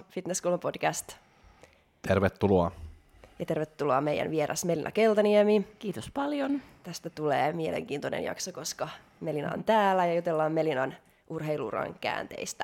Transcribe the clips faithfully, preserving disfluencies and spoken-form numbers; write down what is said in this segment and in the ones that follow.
Fitnesskulma podcast. Tervetuloa. Ja tervetuloa meidän vieras Melina Keltaniemi. Kiitos paljon. Tästä tulee mielenkiintoinen jakso, koska Melina on täällä ja jutellaan Melinan urheiluuran käänteistä.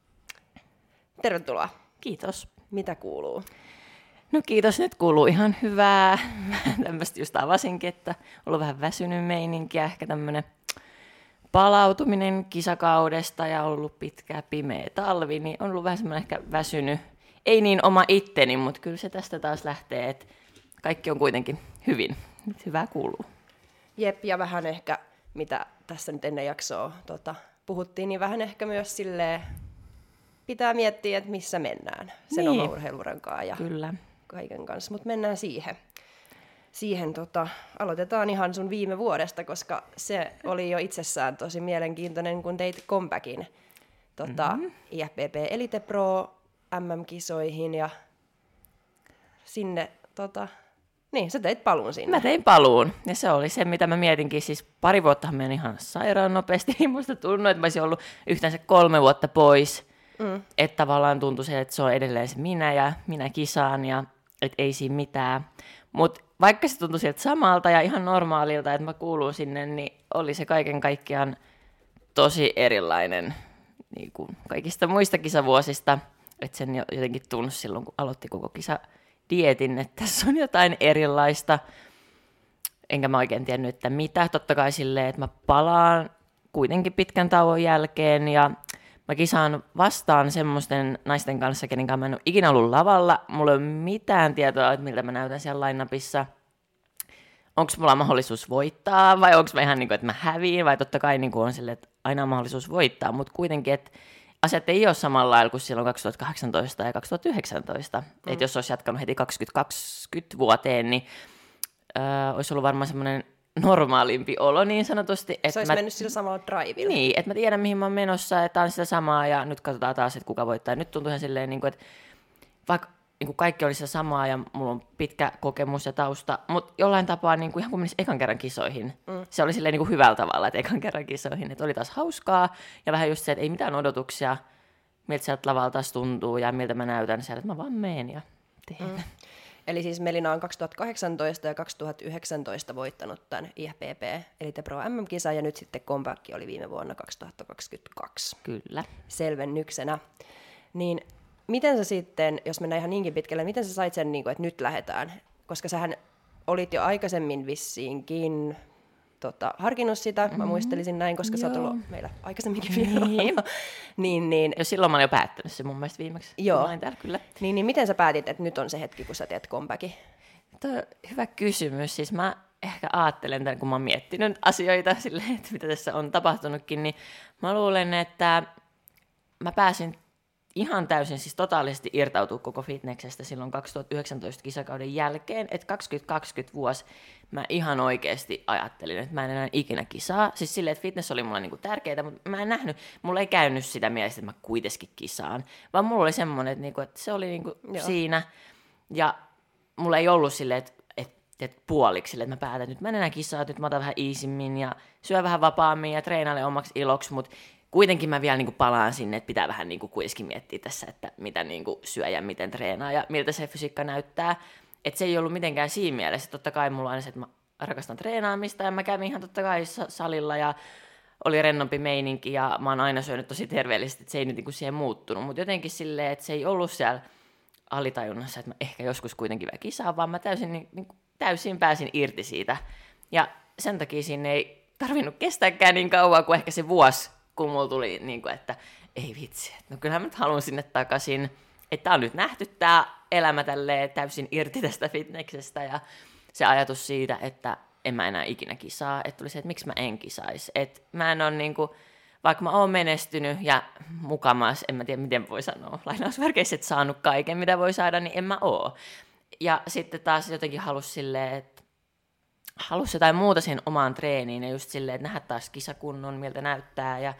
Tervetuloa. Kiitos. Mitä kuuluu? No kiitos, nyt kuuluu ihan hyvää. Tämmöistä just avasinkin, että on ollut vähän väsynyt meininkiä, ehkä tämmöinen palautuminen kisakaudesta ja on ollut pitkä pimeä talvi, niin on ollut vähän semmoinen ehkä väsynyt. Ei niin oma itteni, mutta kyllä se tästä taas lähtee, että kaikki on kuitenkin hyvin. Nyt hyvää kuuluu. Jep, ja vähän ehkä, mitä tässä nyt ennen jaksoa tota, puhuttiin, niin vähän ehkä myös silleen pitää miettiä, että missä mennään sen niin. oman urheilurankaan ja kyllä. kaiken kanssa. Mutta mennään siihen. Siihen tota, aloitetaan ihan sun viime vuodesta, koska se oli jo itsessään tosi mielenkiintoinen, kun teit comebackin tota, mm-hmm. I F B B Elite Pro M M-kisoihin ja sinne, tota, niin sä teit paluun sinne. Mä tein paluun ja se oli se, mitä mä mietinkin, siis pari vuotta meni ihan sairaan nopeasti, musta tuntui, että mä olisin ollut yhteensä kolme vuotta pois, mm. että tavallaan tuntui se, että se on edelleen se minä ja minä kisaan ja että ei siinä mitään, mutta vaikka se tuntui sieltä samalta ja ihan normaalilta, että mä kuulun sinne, niin oli se kaiken kaikkiaan tosi erilainen niin kuin kaikista muista kisavuosista. Että sen jotenkin tunsi silloin, kun aloitti koko kisadietin, että tässä on jotain erilaista. Enkä mä oikein tiennyt, että mitä. Totta kai silleen, että mä palaan kuitenkin pitkän tauon jälkeen ja mä kisaan vastaan semmoisten naisten kanssa, kenen kanssa mä en ole ikinä ollut lavalla. Mulla ei ole mitään tietoa, että miltä mä näytän siellä line-upissa. Onko mulla mahdollisuus voittaa vai onko mä ihan niin kuin, että mä häviin vai totta kai niin kuin on silleen, että aina on mahdollisuus voittaa, mutta kuitenkin, että asiat ei ole samalla lailla kuin silloin kaksituhattakahdeksantoista ja kaksituhattayhdeksäntoista. Mm. Että jos olisi jatkanut heti kaksituhattakaksikymmentä vuoteen, niin äh, olisi ollut varmaan semmoinen normaalimpi olo niin sanotusti. Että se olisi mä, mennyt sillä samalla drivilla. Niin, että mä tiedän mihin mä oon menossa, että on sitä samaa ja nyt katsotaan taas, että kuka voittaa. Nyt tuntuu ihan silleen, niin kuin, että vaikka niin kuin kaikki oli sitä samaa ja mulla on pitkä kokemus ja tausta, mutta jollain tapaa niin kuin ihan kuin menisi ekan kerran kisoihin. Mm. Se oli silleen niin kuin hyvällä tavalla, että ekan kerran kisoihin. Että oli taas hauskaa ja vähän just se, että ei mitään odotuksia, miltä sieltä lavalta taas tuntuu ja miltä mä näytän siellä, että mä vaan meen ja teen. Mm. Eli siis Melina on kaksituhattakahdeksantoista ja kaksituhattayhdeksäntoista voittanut tämän I F B B Elite Pro M M-kisan ja nyt sitten comeback oli viime vuonna kaksituhattakaksikymmentäkaksi. Kyllä. Selvennyksenä. Niin miten sä sitten, jos mennään ihan niinkin pitkälle, miten sä sait sen, että nyt lähdetään? Koska sähän olit jo aikaisemmin vissiinkin tota, harkinnut sitä, mä mm-hmm. muistelisin näin, koska Joo. sä oot ollut meillä aikaisemminkin vieraana. Niin. niin, niin, jo silloin mä olin jo päättänyt se mun mielestä viimeksi. Joo. Täällä, kyllä. Niin, niin miten sä päätit, että nyt on se hetki, kun sä teet comebackin? Tuo on hyvä kysymys. Siis mä ehkä ajattelen tämän, kun mä oon miettinyt asioita silleen, että mitä tässä on tapahtunutkin, niin mä luulen, että mä pääsin ihan täysin, siis totaalisesti irtautua koko fitneksestä silloin kaksituhattayhdeksäntoista kisakauden jälkeen, että kaksituhattakaksikymmentä vuosi mä ihan oikeasti ajattelin, että mä en enää ikinä kisaa. Siis silleen, että fitness oli mulle niinku tärkeää, mutta mä en nähnyt, mulla ei käynyt sitä mielessä, että mä kuitenkin kisaan, vaan mulla oli semmoinen, että, niinku, että se oli niinku siinä, ja mulla ei ollut silleen, että, että, että puoliksi silleen, että mä päätän, että nyt mä en enää kisaa, että nyt mä otan vähän easimmin ja syön vähän vapaammin ja treenailen omaksi iloksi, mutta kuitenkin mä vielä niin kuin palaan sinne, että pitää vähän niin kuin kuitenkin miettiä tässä, että mitä niin kuin syö ja miten treenaa ja miltä se fysiikka näyttää. Että se ei ollut mitenkään siinä mielessä. Totta kai mulla on se, että mä rakastan treenaamista ja mä kävin ihan totta kai salilla ja oli rennompi meininki ja mä oon aina syönyt tosi terveellisesti, että se ei nyt niin kuin siihen muuttunut. Mutta jotenkin silleen, että se ei ollut siellä alitajunnassa, että mä ehkä joskus kuitenkin vielä kisaan, vaan mä täysin, niin, niin kuin, täysin pääsin irti siitä. Ja sen takia siinä ei tarvinnut kestääkään niin kauan kuin ehkä se vuosi, kun mulla tuli, niin kuin, että ei vitsi, no kyllähän mä nyt haluan sinne takaisin, että on nyt nähty tämä elämä tälleen täysin irti tästä fitneksestä ja se ajatus siitä, että en mä enää ikinä kisaa, että tuli se, että miksi mä en kisaisi, että mä en ole niin kuin, vaikka mä oon menestynyt ja mukamas, en mä tiedä miten voi sanoa, lainausmerkeissä, että saanut kaiken mitä voi saada, niin en mä oo. Ja sitten taas jotenkin halusi silleen, että halusi jotain muuta siihen omaan treeniin ja just silleen, että nähdä taas kisakunnon, miltä näyttää ja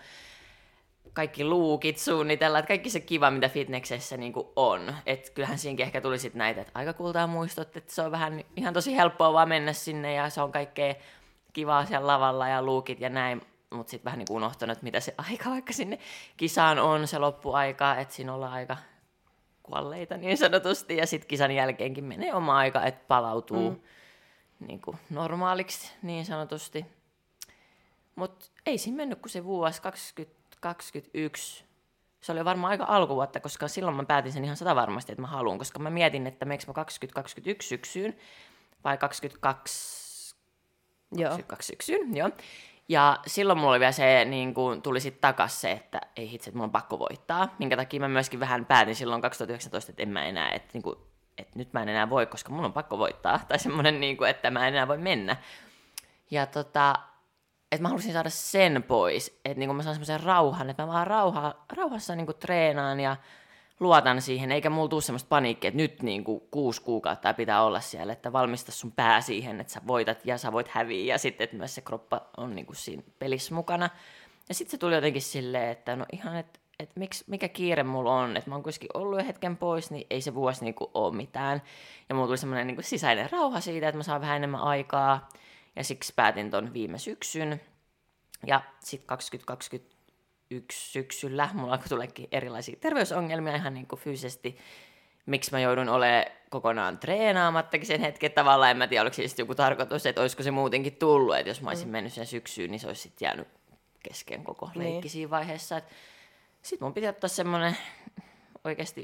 kaikki luukit suunnitella, että kaikki se kiva, mitä fitneksessä niin kuin on. Että kyllähän siinäkin ehkä tuli sit näitä, että aika kultaa muistot, että se on vähän ihan tosi helppoa vaan mennä sinne ja se on kaikkea kivaa siellä lavalla ja luukit ja näin, mutta sitten vähän niin kuin unohtanut, mitä se aika vaikka sinne kisaan on, se loppuaika, että siinä ollaan aika kuolleita niin sanotusti, ja sitten kisan jälkeenkin menee oma aika, että palautuu mm. niin kuin normaaliksi niin sanotusti. Mutta ei siinä mennyt kuin se vuosi kaksituhattakaksikymmentäyksi. Se oli varmaan aika alkuvuotta, koska silloin mä päätin sen ihan sata varmasti, että mä haluan, koska mä mietin, että meneekö mä kaksituhattakaksikymmentäyksi syksyyn vai kaksikymmentäkaksi, Joo. kaksikymmentäkaksi syksyyn, joo. Ja silloin mulla oli vielä se, niin kun tuli sitten takas se, että ei hitse, että mulla on pakko voittaa, minkä takia mä myöskin vähän päätin silloin kaksituhattayhdeksäntoista, että en mä enää, että, niin kun, että nyt mä en enää voi, koska mulla on pakko voittaa, tai semmoinen, niin kun, että mä en enää voi mennä. Ja tota, että mä halusin saada sen pois, että niin mä saan semmoisen rauhan, että mä vaan rauha, rauhassa niin treenaan ja luotan siihen, eikä mulla tule semmoista paniikkia, että nyt niin kuin kuusi kuukautta pitää olla siellä, että valmista sun pää siihen, että sä voitat ja sä voit häviä, ja sitten, että myös se kroppa on niin kuin siinä pelissä mukana. Ja sitten se tuli jotenkin silleen, että no ihan, että, että miksi, mikä kiire mulla on, että mä oon kuitenkin ollut jo hetken pois, niin ei se vuosi niin kuin ole mitään. Ja mulla tuli semmoinen niin kuin sisäinen rauha siitä, että mä saan vähän enemmän aikaa, ja siksi päätin ton viime syksyn. Ja sitten kaksituhattakaksikymmentäyksi syksyllä mulla alkoi tuleekin erilaisia terveysongelmia ihan niin kuin fyysisesti. Miksi mä joudun olemaan kokonaan treenaamattakin sen hetken tavallaan. En mä tiedä, oliko siis joku tarkoitus, että olisiko se muutenkin tullut. Että jos mä olisin mm. mennyt sen syksyyn, niin se olisi sitten jäänyt kesken koko leikki niin. Siinä vaiheessa. Sitten mun piti ottaa semmoinen oikeasti,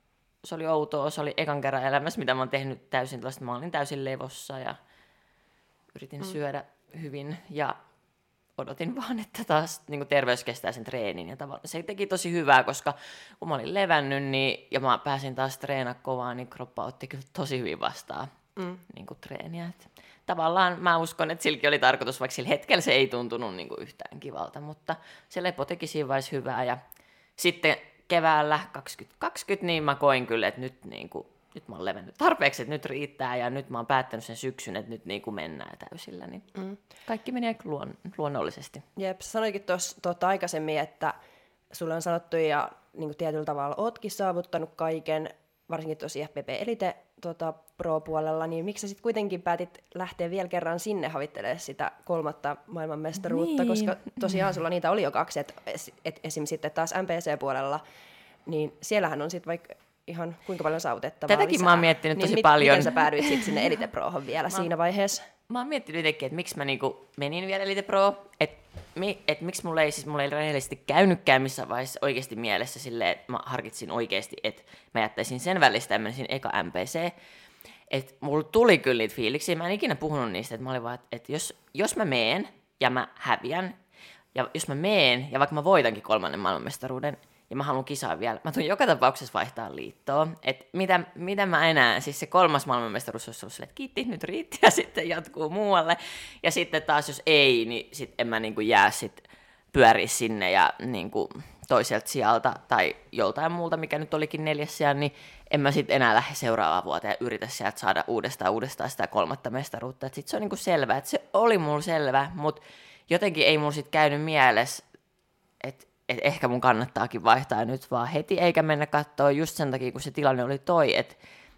se oli outoa, se oli ekan kerran elämässä, mitä mä oon tehnyt täysin tällaista. Mä olin täysin levossa ja yritin mm. syödä hyvin ja odotin vaan, että taas niin kuin terveys kestää sen treenin. Ja se teki tosi hyvää, koska kun mä olin levännyt niin, ja mä pääsin taas treenaa kovaa, niin kroppa otti kyllä tosi hyvin vastaan mm. niin kuin treeniä. Et tavallaan mä uskon, että silläkin oli tarkoitus, vaikka sillä hetkellä se ei tuntunut niin kuin yhtään kivalta, mutta se lepo teki siinä vaiheessa hyvää. Ja sitten keväällä kaksituhattakaksikymmentä niin mä koin kyllä, että nyt niin kuin nyt mä oon levännyt tarpeeksi, että nyt riittää, ja nyt mä oon päättänyt sen syksyn, että nyt niin kuin mennään täysillä, niin mm. kaikki menee luon, luonnollisesti. Jep, sä sanoikin tuossa tuota aikaisemmin, että sulle on sanottu, ja niin kuin tietyllä tavalla ootkin saavuttanut kaiken, varsinkin tuossa I F B B Elite tuota, Pro-puolella, niin miksi sä sitten kuitenkin päätit lähteä vielä kerran sinne havittelemaan sitä kolmatta maailmanmestaruutta, niin. Koska tosiaan sulla niitä oli jo kaksi, että et esim. Sitten taas M P C-puolella, niin siellähän on sitten vaikka ihan kuinka paljon saavutettavaa Tätäkin lisää. Mä oon miettinyt tosi niin, paljon. Miten sä päädyit sitten sinne Elite Prohon vielä mä, siinä vaiheessa? Mä oon miettinyt itsekin, että miksi mä niinku menin vielä Elite Pro, että mi, et miksi mulla ei, siis mulla ei rehellisesti käynytkään missään vaiheessa oikeasti mielessä silleen, että mä harkitsin oikeasti, että mä jättäisin sen välistä ja menisin eka M P C. Että mulla tuli kyllä niitä fiiliksiä, mä en ikinä puhunut niistä, että mä olin vaan, että, että jos, jos mä meen ja mä häviän, ja jos mä meen ja vaikka mä voitankin kolmannen maailmanmestaruuden, ja mä haluan kisaa vielä. Mä tuun joka tapauksessa vaihtaa liittoa. Että mitä, mitä mä enää, siis se kolmas maailmanmestaruus olisi ollut silleen, että kiitti, nyt riitti, ja sitten jatkuu muualle. Ja sitten taas jos ei, niin sit en mä niinku jää sit pyöriä sinne ja niinku toiselta sijalta tai joltain muulta, mikä nyt olikin neljäs sijaan, niin en mä sitten enää lähde seuraavaan vuoteen ja yritä sieltä saada uudestaan uudestaan sitä kolmatta mestaruutta. Sitten se on niinku selvä, että se oli mulla selvä, mutta jotenkin ei mulla sitten käynyt mielessä, että et ehkä mun kannattaakin vaihtaa nyt vaan heti, eikä mennä katsoa just sen takia, kun se tilanne oli toi, että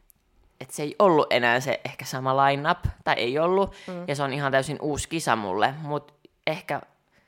et se ei ollut enää se ehkä sama line-up, tai ei ollut, mm. ja se on ihan täysin uusi kisa mulle, mutta ehkä,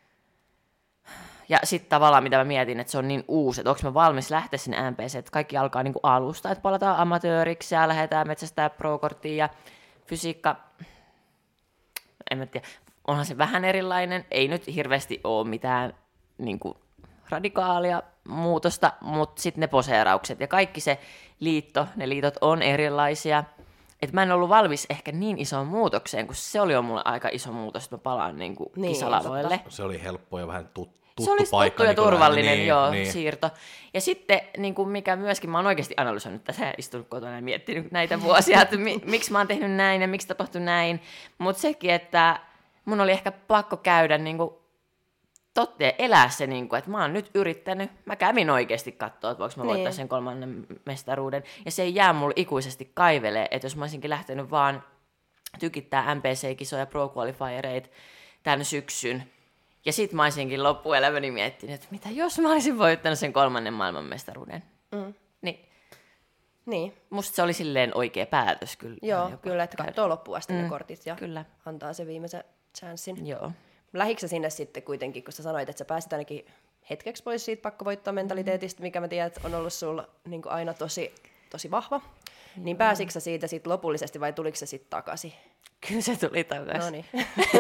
ja sitten tavallaan mitä mä mietin, että se on niin uusi, että onko mä valmis lähteä sinne M P C, että kaikki alkaa niinku alusta, että palataan amatööriksi ja lähdetään metsästää pro-korttiin, ja fysiikka, en mä tiedä, onhan se vähän erilainen, ei nyt hirveästi ole mitään niinku radikaalia muutosta, mutta sitten ne poseeraukset ja kaikki se liitto, ne liitot on erilaisia. Et mä en ollut valmis ehkä niin isoon muutokseen, kun se oli jo mulle aika iso muutos, että mä palaan niin kuin niin, kisalavoille. Totta. Se oli helppo ja vähän tut, tuttu se oli paikka. Se oli tuttu ja niin turvallinen niin, joo, niin. siirto. Ja sitten, niin kuin mikä myöskin, mä oon oikeasti analysoinut tässä ja istunut kotona ja miettinyt näitä vuosia, että mi, miksi mä oon tehnyt näin ja miksi tapahtui näin. Mutta sekin, että mun oli ehkä pakko käydä niin kuin totta, elää se, niin kuin, että mä oon nyt yrittänyt, mä kävin oikeasti katsoa, että voiko mä voittaa niin. sen kolmannen mestaruuden, ja se ei jää mulle ikuisesti kaivelee, että jos mä olisinkin lähtenyt vaan tykittää M P C-kisoja, pro-qualifiereita tämän syksyn, ja sit mä olisinkin loppuelämäni miettinyt, että mitä jos mä olisin voittanut sen kolmannen maailmanmestaruuden. Mm. Niin. Niin. Musta se oli silleen oikea päätös kyllä. Joo, kyllä, että katsoo loppuun asti mm. ne kortit ja kyllä. antaa se viimeisen chanssin. Joo. Lähikö sinne sitten kuitenkin, kun sä sanoit, että sä pääsit ainakin hetkeksi pois siitä pakkovoittomentaliteetista, mikä mä tiedän, että on ollut sulla niin kuin aina tosi, tosi vahva. Niin pääsitkö sä siitä sit lopullisesti vai tuliko se sitten takaisin? Kyllä se tuli takaisin. No niin.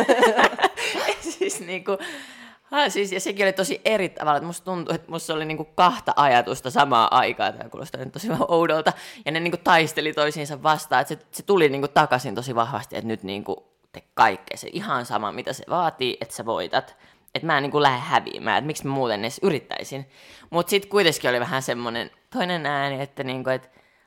siis niinku, ha, siis, ja sekin oli tosi eri tavalla, että musta tuntui, että musta oli niinku kahta ajatusta samaan aikaan, tämä kuulostaa nyt tosi vähän oudolta, ja ne niinku taisteli toisiinsa vastaan, että se, se tuli niinku takaisin tosi vahvasti, että nyt niinku te kaikkea, se ihan sama, mitä se vaatii, että sä voitat, että mä en niinku lähde häviämään, että miksi mä muuten edes yrittäisin, mutta sitten kuitenkin oli vähän semmoinen toinen ääni, että niinku, että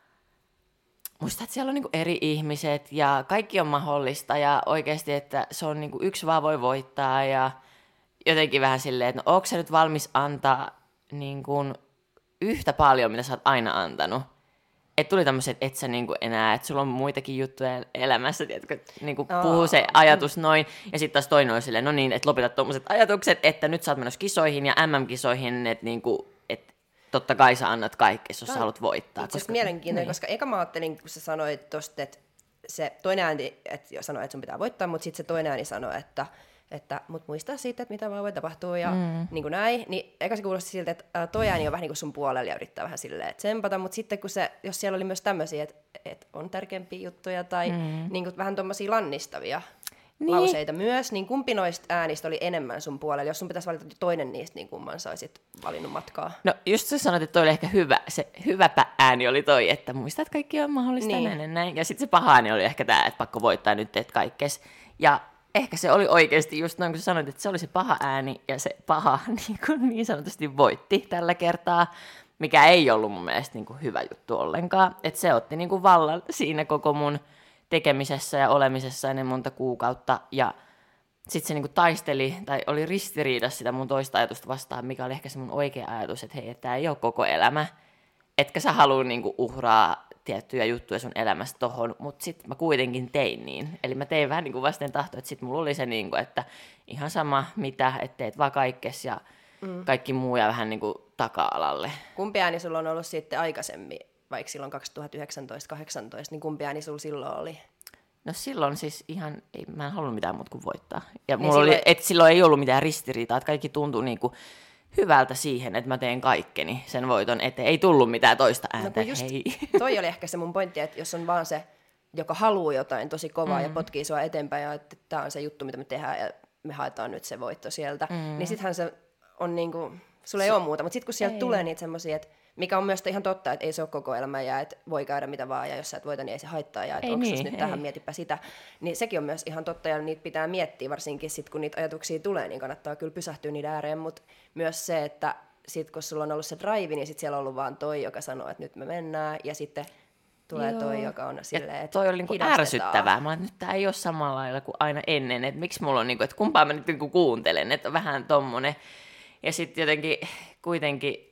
musta, että siellä on niinku eri ihmiset ja kaikki on mahdollista ja oikeasti, että se on niinku yksi vaan voi voittaa ja jotenkin vähän silleen, että no onko sä nyt valmis antaa niinku yhtä paljon, mitä sä oot aina antanut. Että tuli tämmöiset, että et sä niinku enää, että sulla on muitakin juttuja elämässä, tiedätkö, niinku oh. puhuu se ajatus noin. Ja sitten taas toinen on silleen, no niin, että lopeta tommoset ajatukset, että nyt sä oot menossa kisoihin ja M M-kisoihin, että niinku, et totta kai sä annat kaikkea, jos sä haluat voittaa. Itse asiassa mielenkiintoinen, niin. Koska eka mä ajattelin, kun sä sanoit tosta, että se toinen ääni että sanoi, että sun pitää voittaa, mutta sitten se toinen ääni sanoi, että, että mut muistaa siitä, että mitä vaan voi tapahtua ja mm. niin kuin näin. Niin eka se kuulosti siltä, että ää, toi ääni on vähän niin kuin sun puolella ja yrittää vähän silleen tsempata, mutta sitten kun se, jos siellä oli myös tämmöisiä, että, että on tärkeämpiä juttuja tai mm. niin kuin vähän tommosia lannistavia niin. lauseita myös, niin kumpi noista äänistä oli enemmän sun puolella? Jos sun pitäisi valita toinen niistä, niin kumman sä olisit valinnut matkaa? No just sä sanoit, että toi oli ehkä hyvä. Se hyvä ääni oli toi, että muistat, että kaikki on mahdollista niin. näin ja näin. Ja sitten se paha ääni oli ehkä tämä, että pakko voittaa nyt, teet kaikkes. Ja ehkä se oli oikeasti just noin, kun sä sanoit, että se oli se paha ääni ja se paha niin, kuin niin sanotusti voitti tällä kertaa, mikä ei ollut mun mielestä niin kuin hyvä juttu ollenkaan. Että se otti niin kuin vallan siinä koko mun tekemisessä ja olemisessa ennen monta kuukautta, ja sitten se niinku taisteli, tai oli ristiriidassa sitä mun toista ajatusta vastaan, mikä oli ehkä se mun oikea ajatus, että hei, että tämä ei ole koko elämä, etkä sä halua niinku uhraa tiettyjä juttuja sun elämästä tohon, mutta sitten mä kuitenkin tein niin. Eli mä tein vähän niinku vasten tahtoa, että sitten mulla oli se, niinku, että ihan sama mitä, että teet vaan kaikkes ja mm. kaikki muu ja vähän niinku taka-alalle. Kumpi ääni sulla on ollut sitten aikaisemmin? Vaikka silloin kaksituhattayhdeksäntoista kahdeksantoista, niin kumpi ääni sulla silloin oli? No silloin siis ihan, ei, mä en halunnut mitään muuta kuin voittaa. Ja niin mulla silloin... oli, et silloin ei ollut mitään ristiriitaa, että kaikki tuntui niinku hyvältä siihen, että mä teen kaikkeni sen voiton eteen. Ei tullut mitään toista ääntä, no, just hei. Toi oli ehkä se mun pointti, että jos on vaan se, joka haluaa jotain tosi kovaa mm. ja potkii sua eteenpäin ja että tämä on se juttu, mitä me tehdään ja me haetaan nyt se voitto sieltä, mm. niin sittenhän se on niinku, sulla ei se... ole muuta. Mutta sitten kun sieltä ei. tulee niitä semmosia, että mikä on myös ihan totta, että ei se ole koko elämä ja että voi käydä mitä vaan ja jos sä et voita, niin ei se haittaa ja että onko niin, nyt ei. tähän, mietipä sitä. Niin sekin on myös ihan totta ja niitä pitää miettiä, varsinkin sit kun niitä ajatuksia tulee, niin kannattaa kyllä pysähtyä niiden ääreen, mutta myös se, että sit kun sulla on ollut se drive, niin sit siellä on ollut vaan toi, joka sanoo, että nyt me mennään ja sitten tulee Joo. toi, joka on silleen, että toi oli niinku ärsyttävää. Mä olen, että nyt tää ei ole samalla lailla kuin aina ennen, että miksi mulla on, niinku, että kumpaa mä nyt niinku kuuntelen, että on vähän tommonen. Ja sitten jotenkin kuitenkin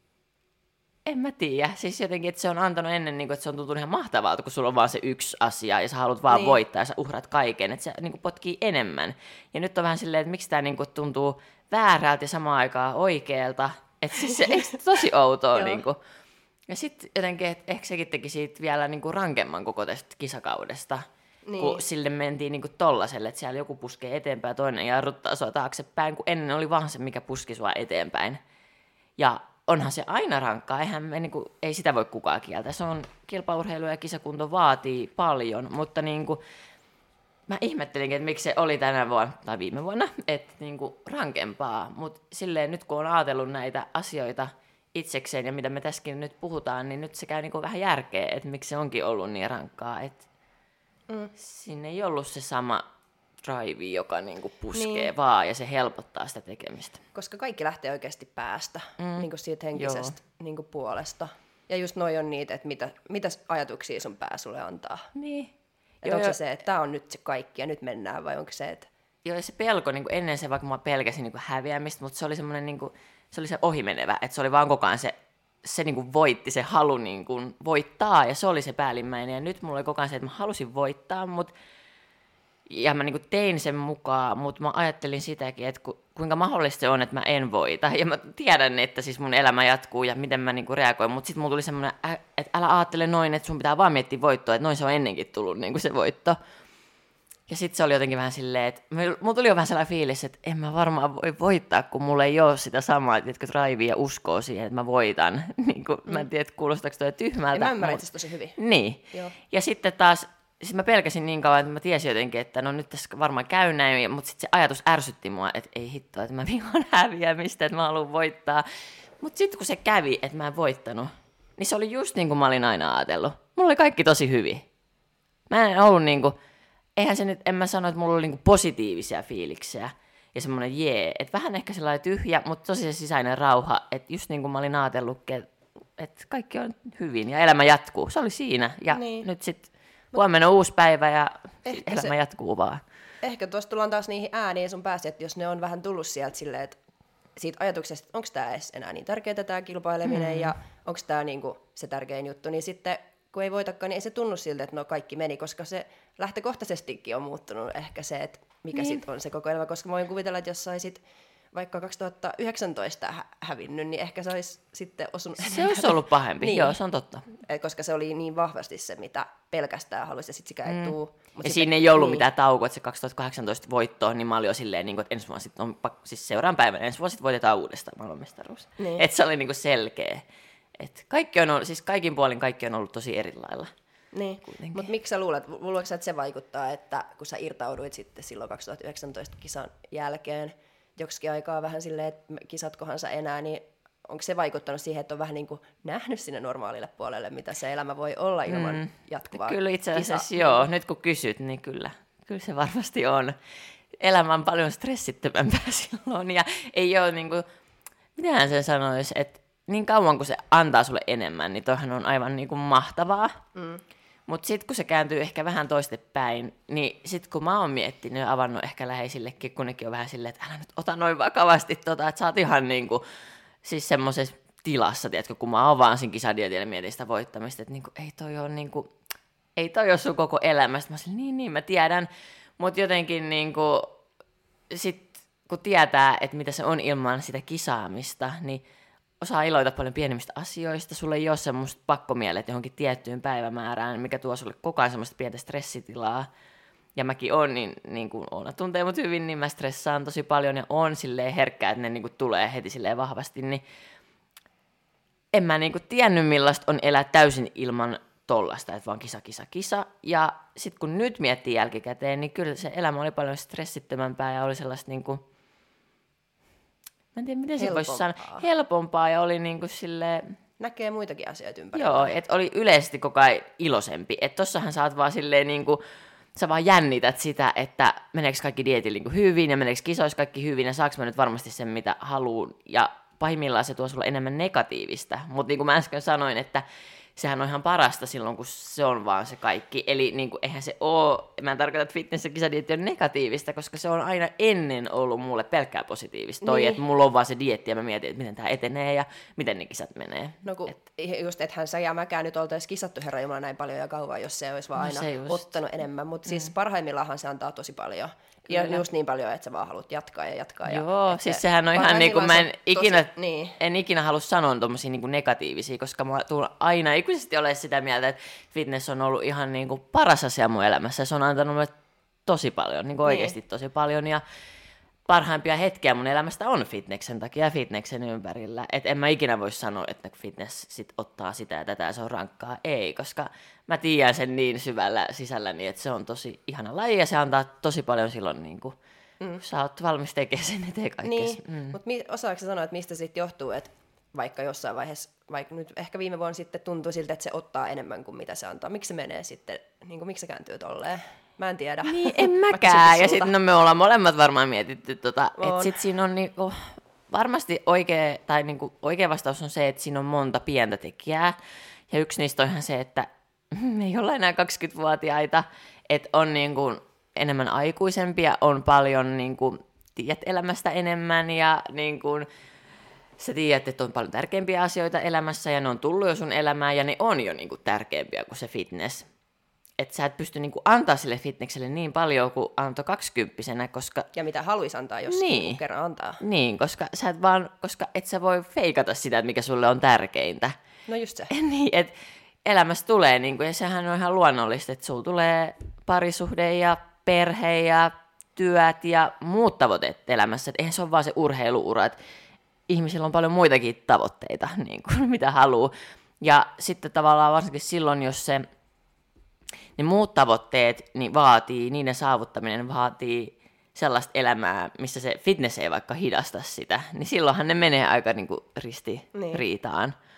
en mä tiedä. Siis jotenkin, että se on antanut ennen, niin kuin, että se on tuntunut ihan mahtavalta, kun sulla on vaan se yksi asia ja sä haluat vaan niin. voittaa ja sä uhrat kaiken. Että se niin kuin, potkii enemmän. Ja nyt on vähän silleen, että miksi tämä niin kuin, tuntuu väärältä ja samaan aikaan oikealta. Että siis se eikö tosi outoa. niin kuin. Ja sitten jotenkin, että ehkä sekin teki siitä vielä niin kuin, rankemman koko tästä kisakaudesta. Niin. Kun sille mentiin niin kuin tollaselle, että siellä joku puskee eteenpäin ja toinen jarruttaa sua taaksepäin, kun ennen oli vaan se, mikä puski sua eteenpäin. Ja onhan se aina rankkaa, eihän me, niin kuin, ei sitä voi kukaan kieltää. Se on kilpaurheilu ja kisakunto vaatii paljon, mutta niin kuin, mä ihmettelinkin, että miksi se oli tänä vuonna, tai viime vuonna, että niin kuin, rankempaa. Mutta silleen nyt kun on ajatellut näitä asioita itsekseen ja mitä me tässäkin nyt puhutaan, niin nyt se käy niin kuin vähän järkeä, että miksi se onkin ollut niin rankkaa. Että mm. siinä ei ollut se sama drive, joka niinku puskee niin. vaan ja se helpottaa sitä tekemistä. Koska kaikki lähtee oikeasti päästä mm. niinku siitä henkisestä niinku puolesta. Ja just noi on niitä, että mitä, mitä ajatuksia sun pää sulle antaa. Niin. Että onko se se, että tää on nyt se kaikki ja nyt mennään, vai onko se, että... Joo, ja se pelko, niin ennen se, vaikka mä pelkäsin niin häviämistä, mutta se oli semmoinen, niin se oli se ohimenevä, että se oli vaan koko ajan se, se niin voitti, se halu niin voittaa, ja se oli se päällimmäinen. Ja nyt mulla oli koko ajan se, että mä halusin voittaa, mutta ja mä niinku tein sen mukaan, mutta mä ajattelin sitäkin, että ku, kuinka mahdollista se on, että mä en voita. Ja mä tiedän, että siis mun elämä jatkuu ja miten mä niinku reagoin, mutta sitten mulla tuli semmoinen, että älä ajattele noin, että sun pitää vaan miettiä voittoa, että noin se on ennenkin tullut niinku se voitto. Ja sitten se oli jotenkin vähän silleen, että mulla tuli jo vähän sellainen fiilis, että en mä varmaan voi voittaa, kun mulla ei ole sitä samaa, että drivea ja uskoo siihen, että mä voitan. Niin kuin, mm. Mä en tiedä, kuulostaako toi tyhmältä. Ja mä ymmärrän itse tosi hyvin. Niin. Joo. Ja sitten taas, siis mä pelkäsin niin kauan, että mä tiesin jotenkin, että no nyt tässä varmaan käy näin, mutta sitten se ajatus ärsytti mua, että ei hittoa, että mä vihaan häviämistä, että mä haluan voittaa. Mutta sitten kun se kävi, että mä en voittanut, niin se oli just niin kuin mä olin aina ajatellut. Mulla oli kaikki tosi hyvin. Mä en ollut niin kuin, eihän se nyt, en mä sano, että mulla oli niin kuin positiivisia fiiliksiä ja semmoinen jee, että vähän ehkä sellainen tyhjä, mutta tosi se sisäinen rauha, että just niin kuin mä olin ajatellutkin, että kaikki on hyvin ja elämä jatkuu. Se oli siinä ja niin. Nyt sitten huomenna uusi päivä ja elämä se, jatkuu vaan. Ehkä tuossa tullaan taas niihin ääniin sun päässä, että jos ne on vähän tullut sieltä silleen, että siitä ajatuksesta, että onko tämä edes enää niin tärkeää tämä kilpaileminen mm. ja onko tämä niinku se tärkein juttu, niin sitten kun ei voitakaan, niin ei se tunnu siltä, että no kaikki meni, koska se lähtökohtaisestikin on muuttunut ehkä se, että mikä niin. sitten on se koko elämä, koska mä voin kuvitella, että jos saisit vaikka kaksituhattayhdeksäntoista hä- hävinnyt, niin ehkä se olisi sitten osunut. Se olisi ollut pahempi, niin. Joo, se on totta. Koska se oli niin vahvasti se, mitä pelkästään haluaisi, ja sitten sikään mm. ei tuu. Ja sitten, siinä ei ollut niin. mitään taukoa, että se kaksituhattakahdeksantoista voitto, niin mä olin jo silleen, niin kuin, että ensi vuonna sitten on, siis seuraavan päivänä, ensi vuonna sitten voitetaan uudestaan maailmanmestaruus. Niin. Että se oli niin kuin selkeä. Et kaikki on ollut, siis kaikin puolin kaikki on ollut tosi eri lailla. Niin, mutta miksi sä luulet, luuletko sä, että se vaikuttaa, että kun sä irtauduit sitten silloin kaksituhattayhdeksäntoista kisan jälkeen, joksikin aikaa vähän silleen, että kisatkohan sä enää, niin onko se vaikuttanut siihen, että on vähän niin kuin nähnyt sinne normaalille puolelle, mitä se elämä voi olla ilman mm. jatkuvaa Kyllä itse asiassa kisa. joo, nyt kun kysyt, niin kyllä, kyllä se varmasti on. Elämä on paljon stressittömämpää silloin ja ei ole niin kuin, mitähän sen sanoisi, että niin kauan kun se antaa sulle enemmän, niin toihan on aivan niin kuin mahtavaa. Mm. Mutta sitten kun se kääntyy ehkä vähän toistepäin, niin sitten kun mä oon miettinyt ja avannut ehkä läheisillekin, kun nekin on vähän silleen, että älä nyt ota noin vakavasti, tota, että sä oot ihan niin kuin, siis semmoisessa tilassa, tiedätkö, kun mä avaan siinä kisadietillä ja mietin sitä voittamista, että niin kuin, ei toi ole niin kuin, ei toi ole sun koko elämästä. Mä sanoin, niin, niin, mä tiedän, mutta jotenkin niin kuin, sit, kun tietää, että mitä se on ilman sitä kisaamista, niin osaa iloita paljon pienemmistä asioista. Sulla ei ole semmoista pakkomielet johonkin tiettyyn päivämäärään, mikä tuo sulle koko ajan semmoista pientä stressitilaa. Ja mäkin on, niin, niin kuin Oona tuntee mut hyvin, niin mä stressaan tosi paljon ja on silleen herkkä, että ne niin kuin tulee heti silleen vahvasti. Niin en mä niin kuin tiennyt, millaista on elää täysin ilman tollasta, että vaan kisa, kisa, kisa. Ja sitten kun nyt miettii jälkikäteen, niin kyllä se elämä oli paljon stressittömämpää ja oli sellaista niin kuin, mä en tiedä, miten se voisi sanoa, helpompaa ja oli niin kuin silleen, näkee muitakin asioita ympärillä. Joo, että oli yleisesti koko ajan iloisempi. Että tossahan sä oot vaan silleen niin kuin, sä vaan jännität sitä, että meneekö kaikki dieetillä niin kuin hyvin ja meneekö kisoissa kaikki hyvin ja saaks mä nyt varmasti sen, mitä haluun. Ja pahimmillaan se tuo sulle enemmän negatiivista. Mutta niin kuin mä äsken sanoin, että sehän on ihan parasta silloin, kun se on vaan se kaikki. Eli niin kuin, eihän se ole, mä en tarkoita, että fitness- ja kisadieetti on negatiivista, koska se on aina ennen ollut mulle pelkkää positiivista. Toi, niin. Että mulla on vaan se dieetti ja mä mietin, että miten tämä etenee ja miten ne kisat menee. No kun et, just, ethän sä ja mäkään nyt oltaisi kisattu Herra Jumala näin paljon ja kauan, jos se olisi vaan no, aina ottanut enemmän. Mutta mm. siis parhaimmillaanhan se antaa tosi paljon. Kyllä. Ja just niin paljon, että sä vaan haluat jatkaa ja jatkaa. Joo, ja, siis se, sehän on ihan niin kuin mä en ikinä, tosi, niin. en ikinä halua sanoa tommosia niin kuin negatiivisia, koska mä tuun aina ikuisesti olemaan sitä mieltä, että fitness on ollut ihan niin kuin paras asia mun elämässä. Se on antanut mulle tosi paljon, niin kuin oikeasti niin. tosi paljon. Ja parhaimpia hetkiä mun elämästä on fitneksen takia ja fitneksen ympärillä. Et en mä ikinä voi sanoa, että fitness sit ottaa sitä ja tätä ja se on rankkaa. Ei, koska mä tiedän sen niin syvällä sisälläni, että se on tosi ihana laji ja se antaa tosi paljon silloin, niin kun mm. sä oot valmis tekemään sen eteen kaikkea. Niin, mm. mutta mi- osaatko sanoa, että mistä sitten johtuu, että vaikka jossain vaiheessa, vaikka nyt ehkä viime vuonna sitten tuntui siltä, että se ottaa enemmän kuin mitä se antaa. Miksi se menee sitten, niin kuin, miksi se kääntyy tolleen? Mä en tiedä. Niin, en mäkään. Ja sitten no, me ollaan molemmat varmaan mietitty, tota, että sitten siinä on niinku, varmasti oikea, tai niinku, oikea vastaus on se, että siinä on monta pientä tekijää. Ja yksi niistä on ihan se, että me ei olla enää kaksikymmentävuotiaita, että on niinku enemmän aikuisempia, on paljon niinku, tiedät elämästä enemmän ja niinku, sä tiedät, että on paljon tärkeimpiä asioita elämässä ja ne on tullut jo sun elämään ja ne on jo niinku, tärkeimpiä kuin se fitness. Että sä et pysty niinku antaa sille fitnekselle niin paljon kuin antoi kaksikymppisenä, koska... Ja mitä haluaisi antaa, jos niin. kerran antaa. Niin, koska sä et vaan, koska et sä voi feikata sitä, että mikä sulle on tärkeintä. No just se. Niin, että elämässä tulee, niinku, ja sehän on ihan luonnollista, että sulla tulee parisuhde ja perhe ja työt ja muut tavoitteet elämässä. Et eihän se ole vaan se urheiluura, että ihmisillä on paljon muitakin tavoitteita, niin kuin, mitä haluaa. Ja sitten tavallaan varsinkin silloin, jos se, ne muut tavoitteet niin vaatii, niiden saavuttaminen vaatii sellaista elämää, missä se fitness ei vaikka hidasta sitä, niin silloinhan ne menee aika niin kuin ristiriitaan. Niin.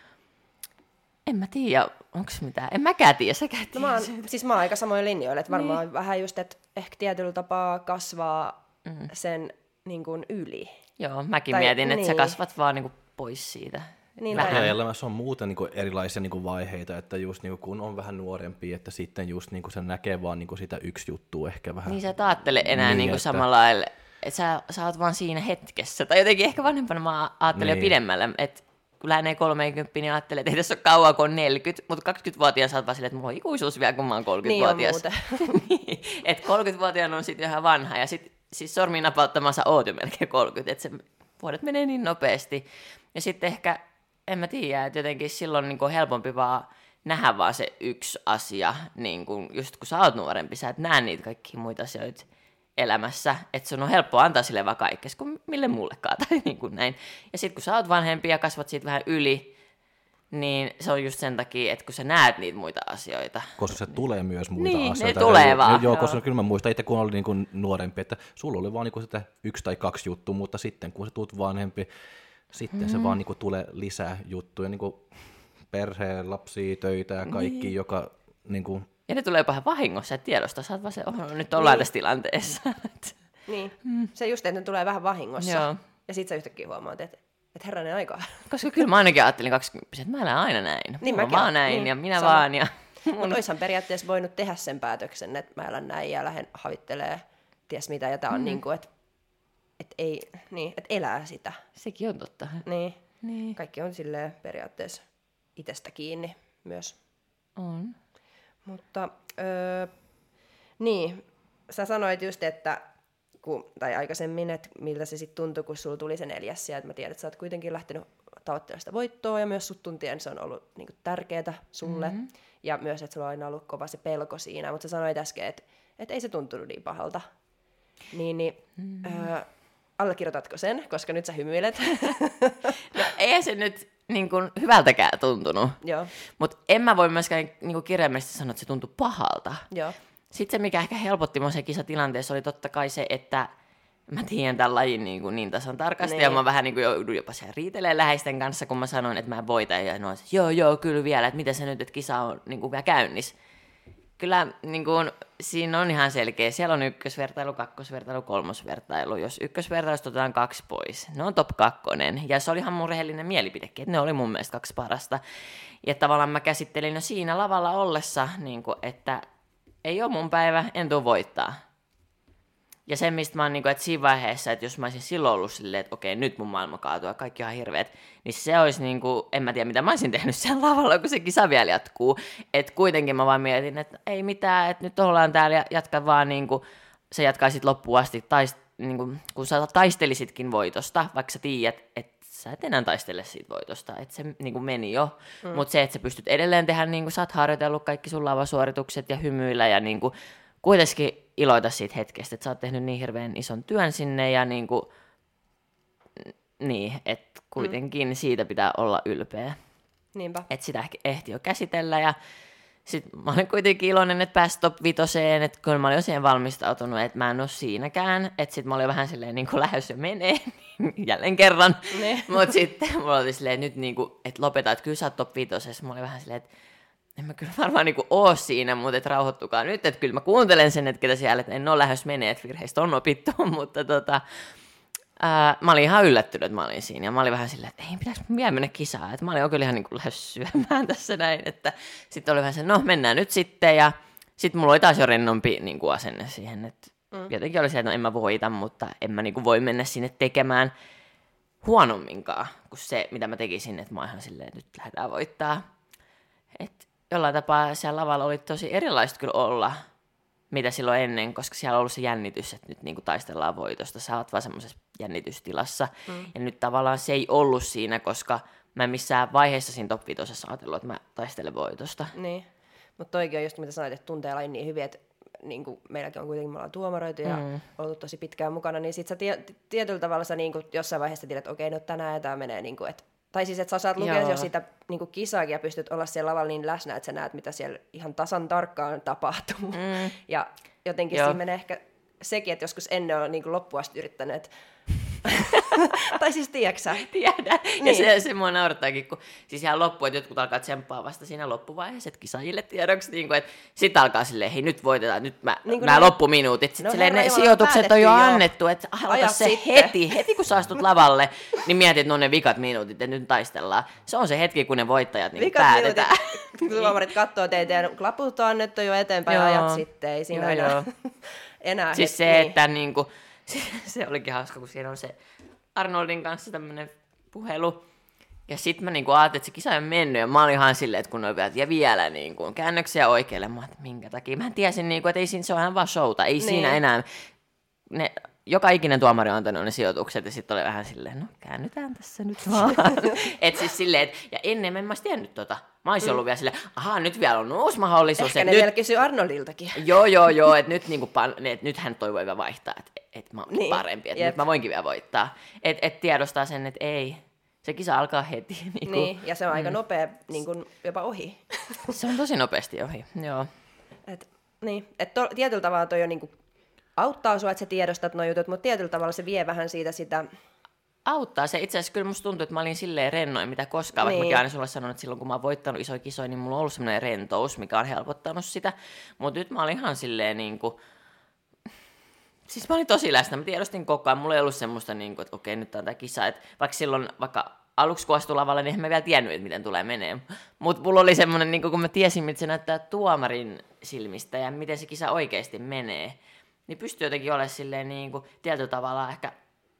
En mä tiedä, onko mitään. En mäkään tiedä, säkään tiedä. No mä oon, siis mä oon aika samoin linjoilla, että varmaan niin. vähän just, että ehkä tietyllä tapaa kasvaa mm. sen niin kuin yli. Joo, mäkin tai, mietin, että niin. sä kasvat vaan niin kuin pois siitä. Niin, ja elämässä on muuten niin kuin erilaisia niin kuin vaiheita, että just niin kuin, kun on vähän nuorempi, että sitten just niin kuin se näkee vaan niin kuin sitä yksi juttua ehkä vähän. Niin sä et ajattele enää niin, niin kuin että... samalla lailla, että sä, sä oot vaan siinä hetkessä. Tai jotenkin ehkä vanhempana mä ajattelen niin. jo pidemmällä, että kun lähenee kolmekymmentä, niin ajattelee, että ei tässä ole kauan kuin on neljäkymmentä, mutta kaksikymmentävuotiaana sä oot vaan silleen, että mulla on ikuisuus vielä, kun mä oon kolmekymmentävuotias. Niin että kolmekymmentävuotiaana on sitten ihan vanha, ja sitten siis sormiin napauttamaan sä oot jo melkein kolmekymmentä, että se vuodet menee niin nopeasti. Ja sitten ehkä, en mä tiedä, että jotenkin silloin niin kuin on helpompi vaan nähdä vaan se yksi asia, niin kuin just kun sä oot nuorempi, sä et näe niitä kaikkia muita asioita elämässä, että sun on helppo antaa sille vaan kaikkea, kuin mille mullekaan tai niin kuin näin. Ja sitten kun sä oot vanhempi ja kasvat siitä vähän yli, niin se on just sen takia, että kun sä näet niitä muita asioita. Koska se tulee myös muita niin, asioita. Ne tulee vaan. Joo, joo, koska kyllä mä muistan itse, kun olin niin kuin nuorempi, että sulla oli vaan niin kuin sitä yksi tai kaksi juttua, mutta sitten kun sä tulet vanhempi, sitten mm. se vaan niin kuin tulee lisää juttuja, niin kuin perhe, lapsia, töitä ja kaikki, niin. joka... Niin kuin... Ja ne tulee vähän vahingossa, että tiedosta sä oot vaan se, oh, nyt ollaan niin. tässä tilanteessa. Niin, mm. se just, että ne tulee vähän vahingossa. Joo. Ja sit sä yhtäkkiä huomaat, että että herranen aikaa. Koska kyllä mä ainakin ajattelin kaksikymmentä, että mä elän aina näin. Niin mä vaan näin niin, ja minä sama. vaan. Ja... Mutta oishan periaatteessa voinut tehdä sen päätöksen, että mä elän näin ja lähden havittelee ties mitä. Ja tää on mm. niin kuin, että et ei, niin, et elää sitä. Sekin on totta. Niin. niin. Kaikki on silleen periaatteessa itsestä kiinni myös. On. Mutta öö, niin, sä sanoit just, että Kun, tai aikaisemmin, että miltä se sitten tuntui, kun sulla tuli se neljäs, ja että mä tiedän, että sä oot kuitenkin lähtenyt tavoittelemaan sitä voittoa, ja myös sut tuntien se on ollut niinku tärkeää sulle, mm-hmm. ja myös, että sulla on aina ollut kova se pelko siinä, mutta sä sanoit äsken, että, että ei se tuntunut niin pahalta. Niin, niin mm-hmm. öö, allekirjoitatko sen, koska nyt sä hymyilet? No ei se nyt niin kuin hyvältäkään tuntunut, mutta en mä voi myöskään niin kuin kirjaimellisesti sanoa, että se tuntui pahalta. Joo. Sitten se, mikä ehkä helpotti mun se kisatilanteessa, oli totta kai se, että mä tiedän tämän lajin niin, kuin niin tasan tarkasti, niin. ja mä vähän niin kuin joudun jopa siellä riitelemään läheisten kanssa, kun mä sanoin, että mä en voita, ja no, joo, joo, kyllä vielä, että miten se nyt, että kisa on niin kuin vielä käynnissä. Kyllä niin kuin, siinä on ihan selkeä, siellä on ykkösvertailu, kakkosvertailu, kolmosvertailu, jos ykkösvertailusta otetaan kaksi pois, ne on top kakkonen, ja se oli ihan mun rehellinen mielipidekin, että ne oli mun mielestä kaksi parasta, ja tavallaan mä käsittelin jo siinä lavalla ollessa, niin kuin, että ei ole mun päivä, en tuu voittaa. Ja se, mistä mä oon, niin kuin, että siinä vaiheessa, että jos mä olisin silloin ollut silleen, että okei, nyt mun maailma kaatuu ja kaikki on hirveet, niin se olisi, niin kuin, en mä tiedä, mitä mä olisin tehnyt siellä lavalla, kun se kisa vielä jatkuu. Että kuitenkin mä vaan mietin, että ei mitään, että nyt ollaan täällä ja jatka vaan, niin kuin, sä jatkaisit loppuun asti, taist, niin kuin, kun sä taistelisitkin voitosta, vaikka sä tiedät, että sä et enää taistele siitä voitosta, että se niin kuin meni jo. Mm. Mutta se, että sä pystyt edelleen tehdä, niin kuin sä oot harjoitellut kaikki sun lavasuoritukset ja hymyillä ja niin kuin, kuitenkin iloita siitä hetkestä, että sä oot tehnyt niin hirveän ison työn sinne ja niin kuin, niin, että kuitenkin mm. siitä pitää olla ylpeä. Niinpä. Että sitä ehti jo käsitellä ja sitten mä olin kuitenkin iloinen, että pääsi top vitoseen, että kun mä olin jo siihen valmistautunut, että mä en ole siinäkään, että sitten mä olin vähän silleen niin kuin lähes jo menee, jälleen kerran, mutta sitten mulla oli silleen, että nyt niin kuin, että lopetaan, että kyllä sä oot top vitosessa, mä olin vähän silleen, että en mä kyllä varmaan niin kuin ole siinä, mutta että rauhoittukaa nyt, että kyllä mä kuuntelen sen, että ketä siellä, että en ole lähes menee, että virheistä on opittu, mutta tota, ää, mä olin ihan yllättynyt, että mä olin siinä, ja mä olin vähän silleen, että ei, pitäis vielä mennä kisaan, että mä olin kyllä ihan niin kuin lähes syömään tässä näin, että sitten oli vähän se, no mennään nyt sitten, ja sitten mulla oli taas jo rennompi niin kuin asenne siihen, että mm. jotenkin oli se, että no en mä voita, mutta en mä niin kuin voi mennä sinne tekemään huonomminkaan kuin se, mitä mä tekisin, että mä oon ihan silleen, että nyt lähdetään voittaa, että jollain tapaa siellä lavalla oli tosi erilaista kyllä olla, mitä silloin ennen, koska siellä on ollut se jännitys, että nyt niin kuin taistellaan voitosta. Sä oot vaan semmoisessa jännitystilassa. Mm. Ja nyt tavallaan se ei ollut siinä, koska mä en missään vaiheessa siinä top viitosessa ajatellut, että mä taistelen voitosta. Niin, mutta toikin on just mitä sanoit, että tuntee lajin niin hyvin, että niin kuin meilläkin on kuitenkin, me ollaan tuomaroitu ja mm. oltu tosi pitkään mukana, niin sit sä tie, tietyllä tavalla sä niin kuin jossain vaiheessa tiedät, että okei, no tänään tämä menee, niin kuin, että, tai siis että sä saat lukea jo sitä niin kuin kisaakin ja pystyt olla siellä lavalla niin läsnä, että sä näet, mitä siellä ihan tasan tarkkaan tapahtuu. Mm. Ja jotenkin Joo. siinä menee ehkä sekin, että joskus ennen on niin kuin loppuun asti yrittäneet. Tai siis tiedätkö sä? Tiedän. Niin. Ja se, se mua naurattaakin, kun siis ihan loppu, että jotkut alkaa tsemppaa vasta siinä loppuvaiheessa, että kisaajille tiedoksi, niin kuin, että sit alkaa silleen, hei nyt voitetaan, nyt mä, niin nämä ne, loppuminuutit. Sit no silleen, ne sijoitukset on jo annettu, että aloita se sitten. heti, heti kun sä astut lavalle, niin mietit, että no ne vikat minuutit, että nyt taistellaan. Se on se hetki, kun ne voittajat niin vikat päätetään. Kun tuomarit katsoo teitä ja laput on annettu jo eteenpäin joo. ajat sitten, ei siinä joo, enää, enää siis het- se, niin. että niin kuin, se olikin hauska, kun siinä on se Arnoldin kanssa tämmöinen puhelu. Ja sit mä niinku ajattelin, että se kisa on mennyt, ja mä olin ihan silleen, että kun on vielä, ja vielä niinku, käännöksiä oikealle. Mä että minkä takia. Mä tiesin, niinku, että ei siinä, se on ihan vaan showta, ei niin. siinä enää. Ne, joka ikinen tuomari on antanut ne sijoitukset, ja sitten oli vähän silleen, no käännytään tässä nyt vaan. Et siis silleen, et, ja ennen mä en mä tiennyt tota. Mä olisin mm. ollut vielä silleen, ahaa, nyt vielä on uusi mahdollisuus. Ehkä ne nyt... vielä kysyy Arnoldiltakin. Joo, joo, joo, että nyt, niinku, et, nyt hän toivoi vielä vaihtaa, että et mä oon niin. parempi, että nyt mä voinkin vielä voittaa. Että et tiedostaa sen, että ei, se kisa alkaa heti. Niin, niin ja se on aika mm. nopea, niin kuin jopa ohi. Se on tosi nopeasti ohi, joo. Et, niin, että tietyllä tavalla toi on niinku auttaa sua, että sä tiedostat nuo jutut, mutta tietyllä tavalla se vie vähän siitä sitä... Auttaa se. Itse asiassa kyllä musta tuntuu, että mä olin silleen rennoin, mitä koskaan. Niin. Vaikka mäkin aina sulle sanonut, että silloin kun mä oon voittanut isoja kisoja, niin mulla on ollut semmoinen rentous, mikä on helpottanut sitä. Mutta nyt mä olin ihan silleen niin kuin... Siis mä olin tosi läsnä. Mä tiedostin koko ajan. Mulla ei ollut semmoista, niin kuin, että okei, nyt on tää kisa. Että vaikka silloin, vaikka aluksi kun astui lavalle, niin en mä vielä tiennyt, että miten tulee menee. Mutta mulla oli semmoinen, niin kun mä tiesin, mitä se näyttää tuomarin silmistä ja miten se kisa oikeasti menee. Niin pystyy jotenkin olemaan silleen niin kuin tietyllä tavalla ehkä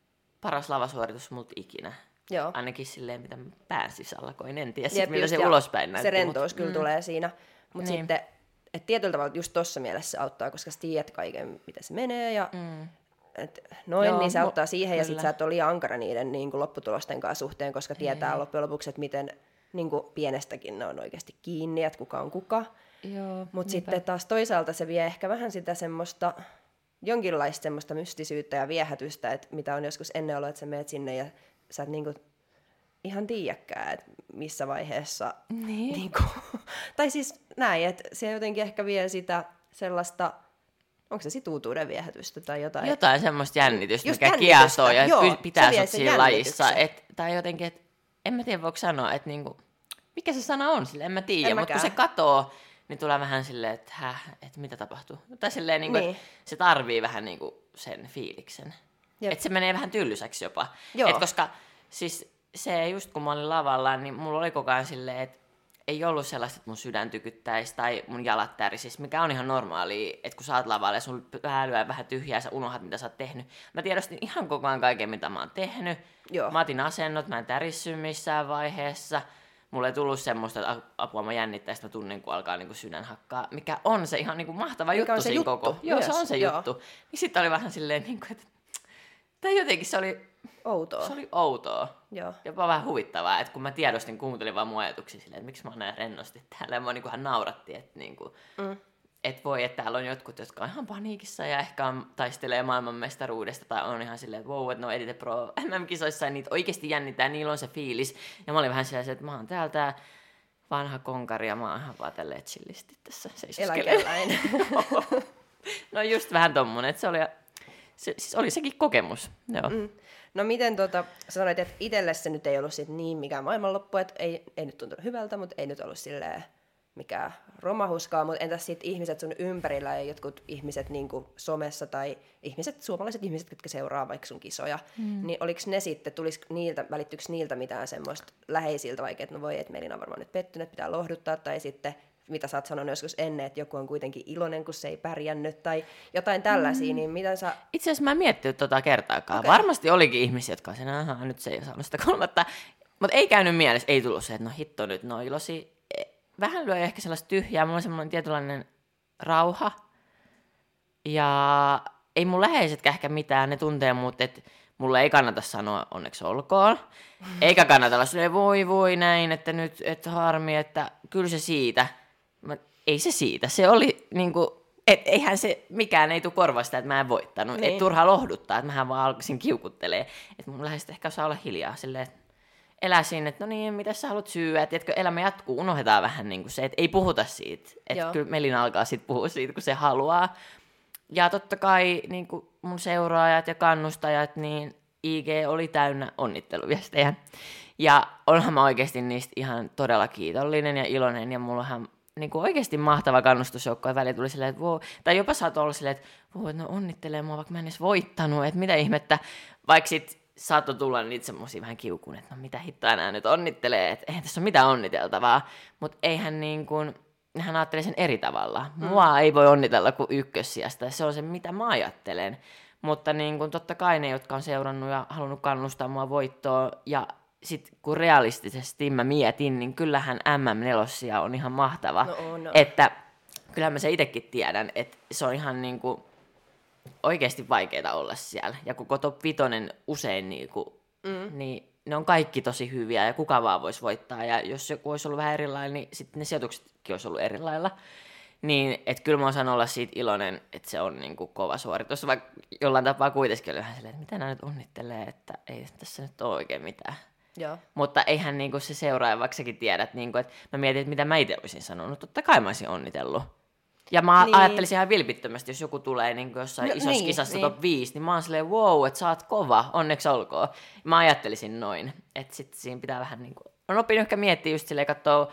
paras lavasuoritus multa ikinä. Joo. Ainakin silleen, mitä mä pään sisällä koin. En tiedä, sit, miltä se ulospäin näytti. Se rentous mut, kyllä mm. tulee siinä. Mutta niin. sitten, että tietyllä tavalla just tossa mielessä se auttaa, koska sä tiedät kaiken, miten se menee. Ja mm. et noin, Joo, niin se auttaa mu- siihen. kyllä. Ja sit sä et ole liian ankara niiden niin kuin lopputulosten kanssa suhteen, koska tietää Ei. loppujen lopuksi, että miten niin kuin pienestäkin ne on oikeasti kiinni, että kuka on kuka. Mutta sitten taas toisaalta se vie ehkä vähän sitä semmoista... jonkinlaista semmoista mystisyyttä ja viehätystä, että mitä on joskus ennen ollut, että sä menet sinne ja sä et niinku ihan tiedäkään, että missä vaiheessa... Niin. Niinku, tai siis näin, että se jotenkin ehkä vie sitä sellaista, onko se situutuuden viehätystä tai jotain? Jotain semmoista jännitystä, just mikä kiehtoo ja Joo, pitää sut siinä lajissa. Et, tai jotenkin, että en mä tiedä voiko sanoa, että niinku, mikä se sana on sille, en mä tiedä, mutta kun se katoo, niin tulee vähän silleen, että häh, että mitä tapahtuu. Tai silleen, niin kuin, niin. se tarvii vähän niin kuin sen fiiliksen. Että se menee vähän tyllysäksi jopa. Et koska siis se just kun mä olin lavalla, niin mulla oli koko ajan silleen, että ei ollut sellaista, että mun sydän tykyttäisi tai mun jalat tärisisi, mikä on ihan normaalia, että kun sä oot lavalla ja sun pää lyö vähän tyhjää ja sä unohdat, mitä sä oot tehnyt. Mä tiedostin ihan koko ajan kaiken, mitä mä oon tehnyt. Joo. Mä otin asennot, mä en tärissy missään vaiheessa. Mulle ei tullut semmoista, että apua mä jännittää, että mä tunnen, kun alkaa niin sydän hakkaa, mikä on se ihan niin kuin mahtava mikä juttu siinä juttu? Koko. Joo, se on se Joo. juttu. Niin sitten oli vähän silleen, niin kuin, että tai jotenkin se oli outoa. Se oli outoa. Joo. Jopa vähän huvittavaa, että kun mä tiedostin, kuuntelin vaan mun ajatuksia silleen, että miksi mä oon näin rennosti täällä. Ja mua niin kuin hän nauratti, että, niin kuin, mm. että voi, että täällä on jotkut, jotka on ihan paniikissa ja ehkä on, taistelee maailmanmestaruudesta tai on ihan silleen, että wow, että no Edite Pro M M-kisoissa ja niitä oikeasti jännittää, niillä on se fiilis. Ja mä olin vähän silleen, että mä oon täällä tää vanha konkari ja mä oon ihan vaan tälleen chillisti tässä seisoskelen. Eläkeläinen. No just vähän tommonen, että se oli, se, siis oli sekin kokemus. Joo. Mm. No miten tota, sanoit, että itselle se nyt ei ollut sit niin mikään maailmanloppu, että ei, ei nyt tuntunut hyvältä, mutta ei nyt ollut silleen mikään romahuskaa, mutta entäs sitten ihmiset sun ympärillä ja jotkut ihmiset niin kuin somessa tai ihmiset, suomalaiset ihmiset, jotka seuraa vaikka sun kisoja, mm. niin oliko ne sitten, tulisiko niiltä, välittyykö niiltä mitään semmoista läheisiltä vaikka, että no voi, että Melina on varmaan nyt pettynyt, pitää lohduttaa, tai sitten mitä sä oot sanonut joskus ennen, että joku on kuitenkin iloinen, kun se ei pärjännyt, tai jotain tällaisia, mm. niin miten sä... Itse asiassa mä en miettinyt tota kertaakaan. Okay. Varmasti olikin ihmisiä, jotka sen, ahaa, nyt se ei ole saanut sitä kolmatta, mutta ei käynyt mielessä, ei tullut se, että no hitto nyt, no ilosi. Vähän lyö ehkä sellaista tyhjää, mulla on semmoinen tietynlainen rauha, ja ei mun läheisetkään ehkä mitään, ne tuntee mut, että mulle ei kannata sanoa onneksi olkoon, eikä kannata olla silleen voi voi näin, että nyt että harmi, että kyllä se siitä. Mä, ei se siitä, se oli niinku, Et eihän se, mikään ei tule korvasta, että mä en voittanut. Niin. Et turha lohduttaa, että mähän vaan alkaisin kiukuttelee. Että mun läheisesti ehkä osaa olla hiljaa silleen, että elää siinä, että no niin, mitä sä haluat syyä, että tiedätkö, elämä jatkuu, unohdetaan vähän niin kuin se, että ei puhuta siitä. Että kyllä Melina alkaa sitten puhua siitä, kun se haluaa. Ja totta kai niin kuin mun seuraajat ja kannustajat, niin I G oli täynnä onnitteluviestejä. Ja onhan mä oikeasti niistä ihan todella kiitollinen ja iloinen, ja mullahan niin kuin oikeasti mahtava kannustusjoukko, ja väliin tuli silleen, että wow, tai jopa saattoi olla silleen, että wow, no onnittelee mua, vaikka mä en edes voittanut, että mitä ihmettä, vaikka sit saattoi tulla niitä semmosia vähän kiukuun, että no mitä hittoa nämä nyt onnittelee, että eihän tässä ole mitään onniteltavaa, mutta eihän niin kuin, hän ajattelee sen eri tavalla. Mua mm. ei voi onnitella kuin ykkössijasta, se on se, mitä mä ajattelen. Mutta niin kuin, totta kai ne, jotka on seurannut ja halunnut kannustaa mua voittoon, ja sitten kun realistisesti mä mietin, niin kyllähän M M neljä on ihan mahtava. No, no. Että kyllähän mä se itsekin tiedän, että se on ihan niin kuin oikeasti vaikeaa olla siellä. Ja koko top vitonen usein, niin, kuin, mm. niin ne on kaikki tosi hyviä ja kuka vaan voisi voittaa. Ja jos joku olisi ollut vähän erilainen, niin sitten ne sijoituksetkin olisi ollut eri lailla. Niin, että kyllä mä osaan olla siitä iloinen, että se on niin kuin kova suoritus. Vaikka jollain tapaa kuitenkin oli vähän silleen, että mitä nämä nyt onnittelee, että ei tässä nyt ole oikein mitään. Joo. Mutta eihän niin kuin se seuraaja, vaikka säkin tiedät, niin kuin, että mä mietin, että mitä mä itse olisin sanonut. Totta kai mä olisin onnitellut. Ja mä niin. ajattelisin ihan vilpittömästi, jos joku tulee niin kuin jossain no, isossa niin, kisassa niin. top viisi, niin mä oon silleen, wow, että sä oot kova, onneksi olkoon. Mä ajattelisin noin, että sitten siinä pitää vähän niin kuin, on oppinut ehkä miettiä just silleen, katsoa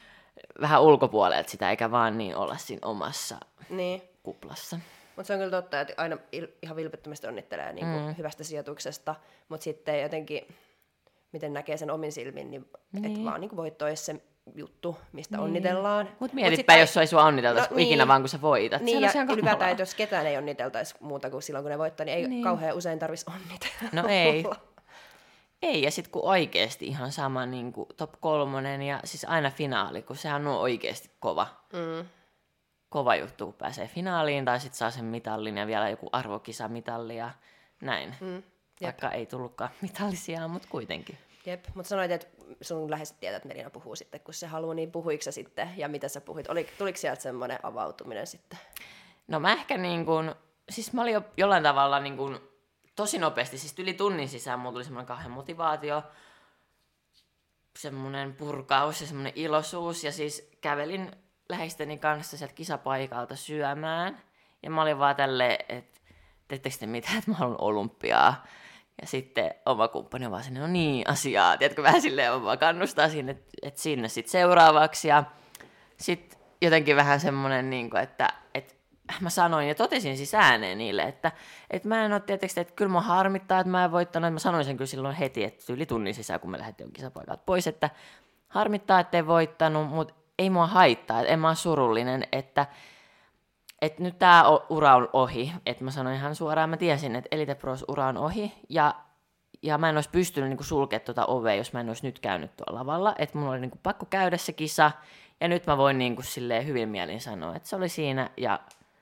vähän ulkopuolelta sitä, eikä vaan niin olla siinä omassa niin. kuplassa. Mutta se on kyllä totta, että aina il- ihan vilpittömästi onnittelee niin kuin mm. hyvästä sijoituksesta, mutta sitten jotenkin, miten näkee sen omin silmin, niin, niin. että vaan niin kuin voitto olisi se juttu, mistä niin. onnitellaan. Mutta mietitpä, Mut jos ei sua onniteltaisi no, ikinä niin. vaan, kun sä voitat. Niin, ja ylipäätään, että jos ketään ei onniteltaisi muuta kuin silloin, kun ne voittaa, niin ei niin. kauhean usein tarvitsisi onnitella. No ei. Ei, ja sitten kun oikeasti ihan sama niin kuin top kolmonen ja siis aina finaali, kun sehän on oikeasti kova. Mm. Kova juttu, kun pääsee finaaliin tai sitten saa sen mitallin ja vielä joku arvokisamitalli ja näin. Mm. Vaikka ei tullutkaan mitallisia, mutta kuitenkin. Jep, mutta sanoit, että sun läheiset tietää, että Melina puhuu sitten, kun se haluaa, niin puhuiko sä sitten ja mitä sä puhuit? Oli, tuliko sieltä semmoinen avautuminen sitten? No mä ehkä niin kuin, siis mä olin jo jollain tavalla niin kuin tosi nopeasti, siis yli tunnin sisään mulla tuli semmoinen kauhean motivaatio, semmoinen purkaus ja semmoinen iloisuus. Ja siis kävelin läheisteni kanssa sieltä kisapaikalta syömään. Ja mä olin vaan tälleen, että teettekö te mitään, että mä haluan olympiaa. Ja sitten oma kumppani vaan sinne, no niin, asiaa. Tiedätkö, vähän silleen vaan kannustaa sinne, että, että sinne sitten seuraavaksi. Ja sitten jotenkin vähän semmoinen, niin kuin, että, että mä sanoin ja totesin siis ääneen niille, että, että mä en ole tietysti, että kyllä mua harmittaa, että mä en voittanut. Mä sanoin sen kyllä silloin heti, että yli tunnin sisään, kun me lähdettiin kisapaikalta pois, että harmittaa, että en voittanut, mutta ei mua haittaa, että en mä ole surullinen, että, että nyt tää ura on ohi. Että mä sanoin ihan suoraan, mä tiesin, että Elite Pros ura on ohi ja, ja mä en olisi pystynyt niin kuin sulkemaan tuota ovea, jos mä en olisi nyt käynyt tuolla lavalla. Että mun oli niin kuin pakko käydä se kisa ja nyt mä voin niin kuin silleen hyvin mielin sanoa, että se oli siinä ja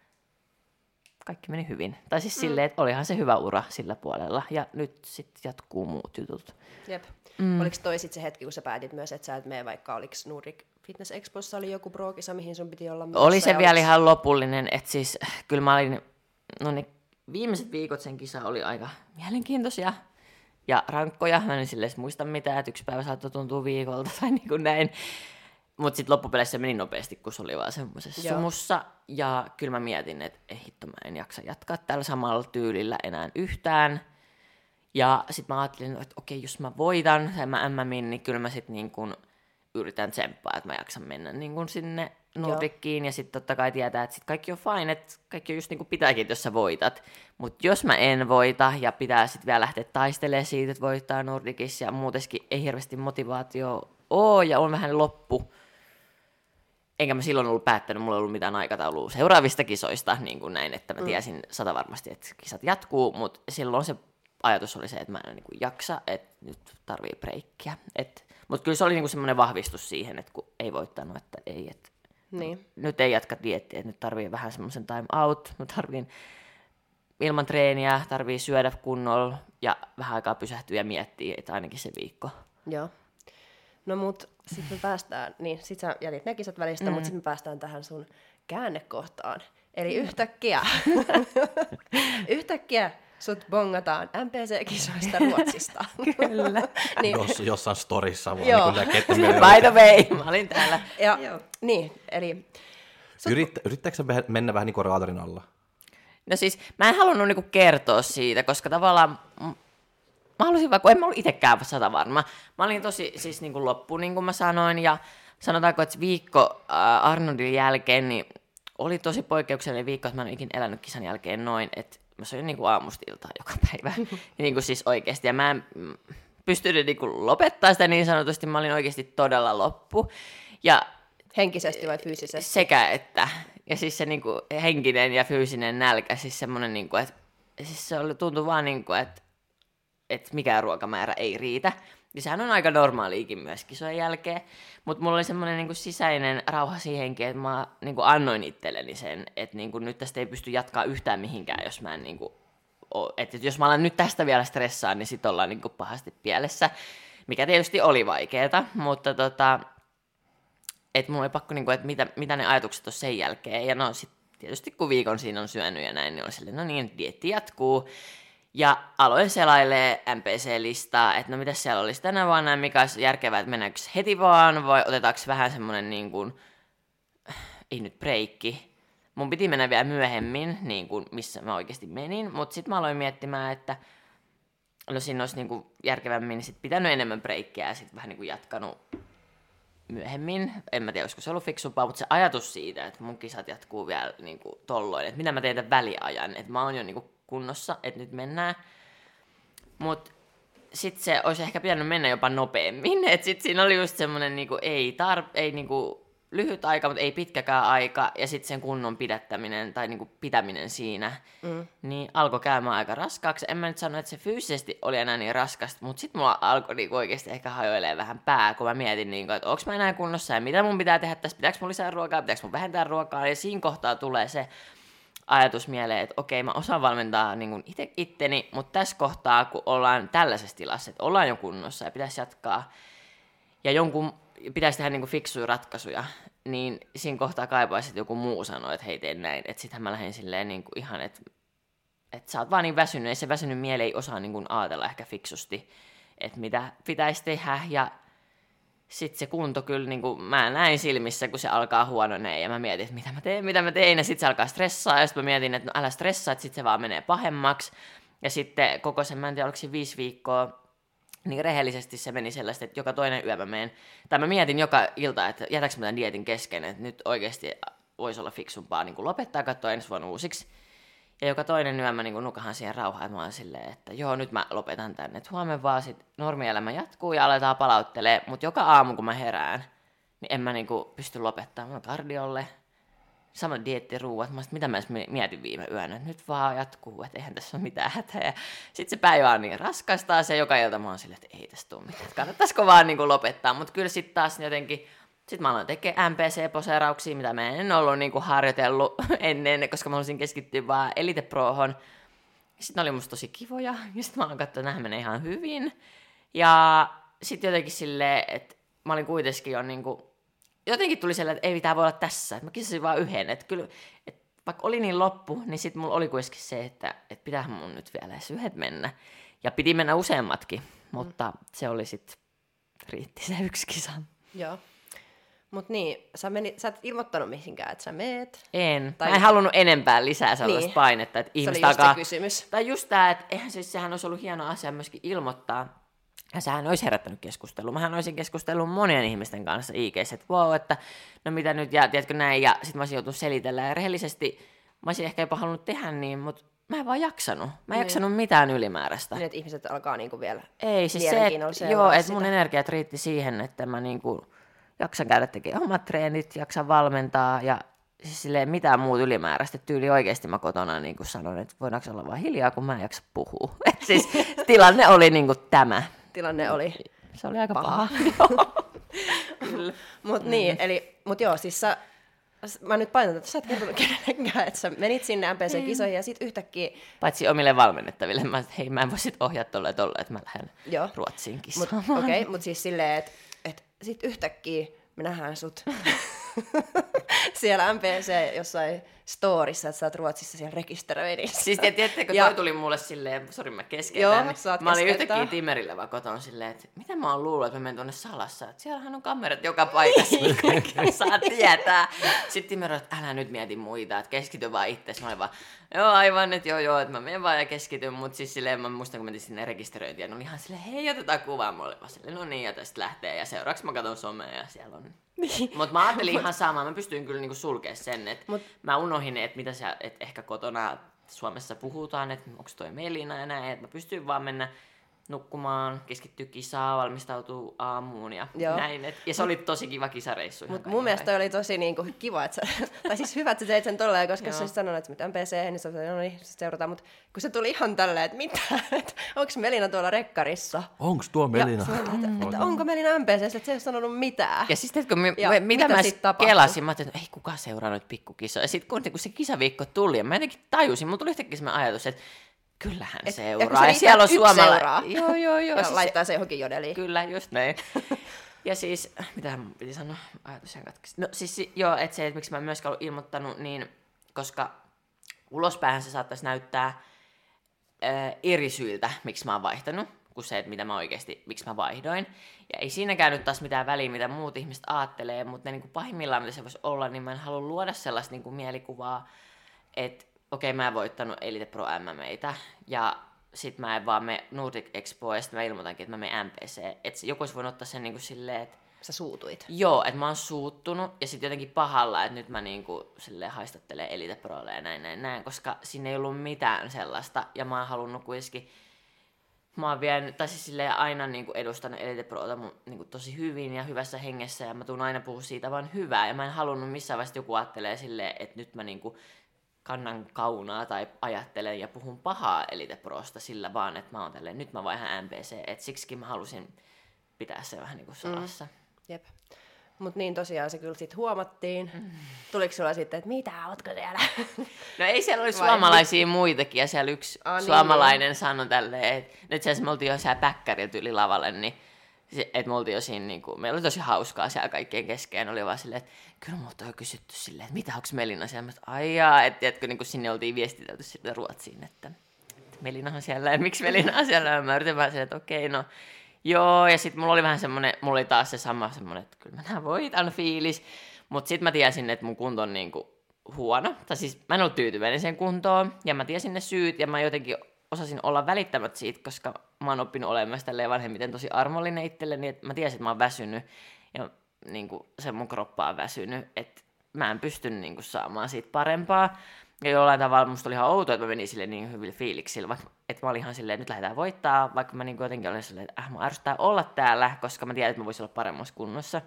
kaikki meni hyvin. Tai siis mm. silleen, että olihan se hyvä ura sillä puolella. Ja nyt sitten jatkuu muut jutut. Jep. Mm. Oliko toi sitten se hetki, kun sä päätit myös, että sä et mene, vaikka oliko Nordic Fitness Expossa oli joku pro-kisa, mihin sun piti olla menossa? Oli se vielä oliks... ihan lopullinen. Että siis kyllä mä olin, no ne viimeiset viikot sen kisa oli aika mielenkiintoisia ja rankkoja. Mä en silleen muista mitään, että yksi päivä saattoi tuntua viikolta tai niin kuin näin. Mutta sitten loppupeleissä meni nopeasti, kun se oli vaan semmoisessa sumussa. Ja kyllä mä mietin, että ei hitto, mä en jaksa jatkaa tällä samalla tyylillä enää yhtään. Ja sitten mä ajattelin, että okei, jos mä voitan tai mä M M:in, niin kyllä mä sitten niin kun yritän tsemppaa, että mä jaksan mennä niin kun sinne Nordickiin. Ja sitten totta kai tietää, että sit kaikki on fine, että kaikki on just niin kuin pitääkin, jos sä voitat. Mutta jos mä en voita ja pitää sitten vielä lähteä taistelemaan siitä, että voittaa Nordicissa ja muutenkin ei hirveästi motivaatio ole ja on vähän loppu. Enkä mä silloin ollut päättänyt, mulla ei ollut mitään aikataulua seuraavista kisoista, niin kuin näin, että mä tiesin sata varmasti, että kisat jatkuu, mutta silloin se ajatus oli se, että mä en niin kuin jaksa, että nyt tarvii breikkiä. Mutta kyllä se oli niin kuin semmoinen vahvistus siihen, että kun ei voittanut, että ei, että niin. Nyt ei jatka dieettiä, että nyt tarvii vähän semmoisen time out, mä tarviin ilman treeniä, tarvii syödä kunnolla ja vähän aikaa pysähtyä ja miettiä, että ainakin se viikko. Joo. No mut sitten me päästään, niin sit sä jätit ne kisat välistä, mm. mutta sitten me päästään tähän sun käännekohtaan. Eli yhtäkkiä, yhtäkkiä sut bongataan M P C-kisoista Ruotsista. Kyllä. niin. Jos, jossain storissa vaan. Joo. Niin By the way, mä olin täällä. Ja, niin, eli... Sut... Yrit, yrittääkö sä mennä vähän niin kuin raadarin alla? No siis, mä en halunnut niinku kertoa siitä, koska tavallaan... Mä halusin vaikka, en mä ollut itsekään sata varma. Mä olin tosi siis niin kuin loppu, niin kuin mä sanoin, ja sanotaanko, että viikko äh, Arnoldin jälkeen, niin oli tosi poikkeuksellinen viikko, että mä en ole ikinä elänyt kisan jälkeen noin, että mä söin niin kuin aamusta iltaan joka päivä, niin kuin siis oikeasti, ja mä en pystynyt niin kuin lopettaa sitä niin sanotusti, mä olin oikeasti todella loppu, ja henkisesti vai fyysisesti? Sekä että, ja siis se niin kuin henkinen ja fyysinen nälkä, siis semmoinen, niin kuin, että siis se oli, tuntui vaan niin kuin, että että mikään ruokamäärä ei riitä. Ja sehän on aika normaaliikin myös kisojen jälkeen. Mutta mulla oli semmoinen niinku sisäinen rauha siihenkin, että mä niinku annoin itselleni sen, että niinku nyt tästä ei pysty jatkaa yhtään mihinkään, jos mä en niinku oo, että jos mä alan nyt tästä vielä stressaan, niin sit ollaan niinku pahasti pielessä. Mikä tietysti oli vaikeeta, mutta tota, että mulla oli pakko, niinku, että mitä, mitä ne ajatukset on sen jälkeen. Ja no sit tietysti kun viikon siinä on syönyt ja näin, niin oli silleen, no niin, dieetti jatkuu. Ja aloin selailee M P C-listaa, että no mitäs siellä olisi tänä vuonna, mikä olisi järkevää, että mennäänkö heti vaan, vai otetaanko vähän semmoinen niin kuin, ei nyt breikki. Mun piti mennä vielä myöhemmin, niin kuin missä mä oikeasti menin, mutta sitten mä aloin miettimään, että no siinä olisi niin kuin järkevämmin niin sit pitänyt enemmän breikkiä ja sitten vähän niin kuin jatkanut myöhemmin. En mä tiedä, olisiko se ollut fiksumpaa, mutta se ajatus siitä, että mun kisat jatkuu vielä niin kuin tolloin, että mitä mä teen tämän väliajan, että mä oon jo niin kuin kunnossa, että nyt mennään. Mutta sitten se olisi ehkä pitänyt mennä jopa nopeammin. Että sitten siinä oli just semmoinen niinku, ei, tar- ei niinku, lyhyt aika, mutta ei pitkäkään aika. Ja sitten sen kunnon pidättäminen tai niinku, pitäminen siinä, mm. niin alkoi käymään aika raskaaksi. En mä nyt sano, että se fyysisesti oli enää niin raskasta, mutta sitten mulla alkoi niinku, oikeasti ehkä hajoilemaan vähän pää, kun mä mietin, niinku, että onko mä enää kunnossa ja mitä mun pitää tehdä tässä, pitääkö mun lisää ruokaa, pitääkö mun vähentää ruokaa. Ja siinä kohtaa tulee se ajatus mieleen, että okei, mä osaan valmentaa niin kuin itse itteni, mutta tässä kohtaa, kun ollaan tällaisessa tilassa, että ollaan jo kunnossa ja pitäisi jatkaa, ja jonkun pitäisi tehdä niin kuin fiksuja ratkaisuja, niin siinä kohtaa kaipaisi, että joku muu sanoo, että hei, teen näin. Että sittenhän mä lähdin silleen niin kuin ihan, että, että sä oot vaan niin väsynyt, ja se väsynyt mieli ei osaa niin kuin ajatella ehkä fiksusti, että mitä pitäisi tehdä, ja sitten se kunto kyllä, niin kuin mä näin silmissä, kun se alkaa huononeen, ja mä mietin, että mitä mä teen, mitä mä tein, ja sitten se alkaa stressaa, ja sitten mä mietin, että no älä stressaa, että sitten se vaan menee pahemmaksi, ja sitten koko sen, mä en tiedä, oliko se viisi viikkoa, niin rehellisesti se meni sellaista, että joka toinen yö mä menen, tai mä mietin joka ilta, että jätäks mä tämän dieetin kesken, että nyt oikeasti voisi olla fiksumpaa niin kuin lopettaa, katsoa ensi vuonna uusiksi. Ja joka toinen yö mä niin nukahan siihen rauhaan, että mä oon silleen, että joo, nyt mä lopetan tänne, että huomenna vaan sit normielämä jatkuu ja aletaan palauttelee, mutta joka aamu kun mä herään, niin en mä niin pysty lopettamaan, mä kardiolle, sama dieettiruuat, mä sit, mitä mä edes mietin viime yönä, että nyt vaan jatkuu, että eihän tässä ole mitään hätää. Ja sit se päivä on niin raskasta ja joka ilta mä oon silleen, että ei tästä tule mitään, että kannattaisiko vaan niin lopettaa, mutta kyllä sit taas jotenkin, sitten mä aloin tekemään M P C-poseerauksia, mitä mä en ollut niin kuin harjoitellut ennen, koska mä halusin keskittyä vaan Elite Prohon. Sitten ne oli musta tosi kivoja, ja sitten mä aloin katsoa, että nämä menee ihan hyvin. Ja sitten jotenkin silleen, että mä olin kuitenkin jo niin kuin, jotenkin tuli sellainen, että ei mitään voi olla tässä. Että mä kisasin vaan yhden, että kyllä, että vaikka oli niin loppu, niin sitten mulla oli kuitenkin se, että, että pitäähän mun nyt vielä edes yhdet mennä. Ja piti mennä useammatkin, mutta mm. se oli sitten, riitti se yksi kisa. Joo. Mut niin, sä, meni, sä et ilmoittanut mihinkään, että sä meet. En. Tai... Mä en halunnut enempää lisää sellaista niin. painetta, että ihmiset alkaa... Se oli just se kysymys. Tai just tää, että eihän siis sehän olisi ollut hieno asia myöskin ilmoittaa. Ja sehän olisi herättänyt keskustelua. Mähän olisin keskustellut monien ihmisten kanssa I G:ssä, että wow, että no mitä nyt, ja tiedätkö näin, ja sit mä olisin joutunut selitellä. Ja rehellisesti mä olisin ehkä jopa halunnut tehdä niin, mutta mä en vaan jaksanut. Mä en niin. jaksanut mitään ylimääräistä. Niin, että ihmiset alkaa niinku vielä Ei, siis se, et, joo, että mun energiat riitti siihen, että mä niinku... jaksan käydä tekemään omat treenit, jaksan valmentaa ja siis silleen mitään muuta ylimääräistä. Tyyli oikeasti mä kotona niin kuin sanon, että voidaanko olla vaan hiljaa, kun mä en jaksa puhua. Et siis tilanne oli niin kuin tämä. Tilanne oli Se oli aika paha. paha. Mut mm. niin, eli, mut joo, siis sä, mä nyt painan, että sä et kertonut kenellekään, että sä menit sinne M P C-kisoihin ja sit yhtäkkiä... Paitsi omille valmennettaville, mä että hei, mä en voi sit ohjaa tolle tolle, että mä lähden joo. Ruotsiin kisaamaan. Okei, okay, mut siis silleen, että et sit yhtäkkiä me nähdään sut siellä M P C jossain storissa, että sä oot Ruotsissa siellä rekisteröinnissa. Siis te tiedättekö, Ja- toi tuli mulle silleen, sori mä keskeytän, Joo, niin saat mä olin keskeyttää. yhtäkkiä Timerillä vaan kotona silleen, että mitä mä oon luullut, että mä menen tuonne salassa, että siellähän on kamerat joka paikassa, niin kaikki saa tietää. Sitten Timer että älä nyt mieti muita, että keskity vaan itseesi. Mä olin vaan, joo aivan, että joo joo, että mä menen vaan ja keskityn, mutta siis silleen mä muistan, kun menin sinne rekisteröintiin, ja ne oli ihan silleen, hei otetaan kuvaa, mä olin vaan silleen, no niin, ja tästä lähtee, ja seuraavaksi mä katson somea, ja siellä on. Mutta mä ajattelin ihan samaa, mä pystyin kyllä niinku sulkemaan sen, että Mut- mä unohdin, että mitä siellä, että ehkä kotona Suomessa puhutaan, että onko toi Melina ja näin, että mä pystyin vaan mennä nukkumaan, keskittyä kisaan, valmistautua aamuun ja Joo. näin. Et, ja se oli tosi kiva kisareissu. ihan Mutta kaiken mun mielestä toi kaikkiaan. oli tosi niinku kiva, että sä, tai siis hyvä, että sä teit sen tolleen, koska Joo. jos sä olisit sanonut, että mitä M P C, niin sä olisit, no niin, sit seurataan. Mutta kun se tuli ihan tälleen, että mitä, että onko Melina tuolla rekkarissa? Onks tuo Melina? Ja mä olin, että, että onko Melina M P C, että se ei ole sanonut mitään. Ja siis tiedätkö, mi- Ja mi- mitä mitä mä sit sit tapahtui? kelasin, mä ajattelin, että ei kukaan seuraa noita pikkukisoja. Ja sitten kun, kun se kisaviikko tuli, ja mä jotenkin tajusin, mulla tuli yhtäkkiä sellainen ajatus, että kyllähän Et- ja seuraa. kun se Ja, siellä on riittää, että yksi suomala... seuraa. Joo, joo, joo. Ja siis laittaa se johonkin jodeliin. Kyllä, just näin. Ja siis, mitä mun piti sanoa, ajatus ihan katkesi. No siis si- joo, että se, että miksi mä en myöskään ollut ilmoittanut, niin koska ulospäähän se saattaisi näyttää ää, eri syiltä, miksi mä oon vaihtanut, kuin se, että mitä mä oikeasti, miksi mä vaihdoin. Ja ei siinäkään nyt taas mitään väliä, mitä muut ihmiset ajattelee, mutta ne niin kuin pahimmillaan, mitä se voisi olla, niin mä en halua luoda sellaista niin kuin mielikuvaa, että okei, okay, mä en voittanut Elite Pro M M A:tä, ja sit mä en vaan mene Nordic Expoon, ja sit mä ilmoitankin, että mä menen M P C. Että joku olisi voinut ottaa sen niin kuin silleen, että Sä suutuit. joo, että mä oon suuttunut ja sitten jotenkin pahalla, että nyt mä niinku silleen haistattelen Elite Prolle ja näin, näin, näin, koska siinä ei ollut mitään sellaista ja mä oon halunnut kuitenkin, mä oon vienyt, tai siis silleen aina niinku edustanut Elite Prota mun, niinku tosi hyvin ja hyvässä hengessä ja mä tuun aina puhua siitä vaan hyvää ja mä en halunnut missään vaiheessa joku ajattelee silleen, että nyt mä niinku kannan kaunaa tai ajattelen ja puhun pahaa Elite Prosta sillä vaan, että mä oon tälleen, nyt mä vaihan M P C, että siksikin mä halusin pitää se vähän niinku salassa. Mm. Jep. Mut niin tosiaan se kyllä sit huomattiin. Mm. Tuliko sulla sitten, että mitä, ootko siellä? No ei siellä oli Vai suomalaisia muitakin ja siellä yksi Ah, niin, suomalainen sanoi tälleen, että nyt siellä me oltiin jo siellä päkkäriltä yli lavalle, niin se, että me oltiin jo siinä, niin kuin, meillä oli tosi hauskaa siellä kaikkien kesken, oli vaan silleen, että kyllä multa on kysytty silleen, että mitä, onko Melina siellä? Mä sanoin, ai jaa, että tiedätkö, niin kuin sinne oltiin viestitelty sitten Ruotsiin, että, että Melina on siellä ja miksi Melina on siellä, ja mä yritin vaan silleen, että okei, no joo, ja sitten mulla oli vähän semmoinen, mulla oli taas se sama semmoinen, että kyllä mä nää voitan fiilis, mutta sitten mä tiesin, että mun kunto on niinku huono, tai siis mä en ollut tyytyväinen sen kuntoon, ja mä tiesin ne syyt, ja mä jotenkin osasin olla välittämättä siitä, koska mä oon oppinut olemaan tälleen vanhemmiten tosi armollinen itselleni, että mä tiesin, että mä oon väsynyt, ja niinku se mun kroppa on väsynyt, että mä en pysty niinku saamaan siitä parempaa, ja jollain tavalla musta oli ihan outoa, että mä menin sille niin hyvillä fiiliksillä, vaikka että mä olin ihan silleen, että nyt lähdetään voittaa, vaikka mä niin jotenkin olin silleen, että äh, mä ärsyttää olla täällä, koska mä tiedän, että mä voisin olla paremmassa kunnossa.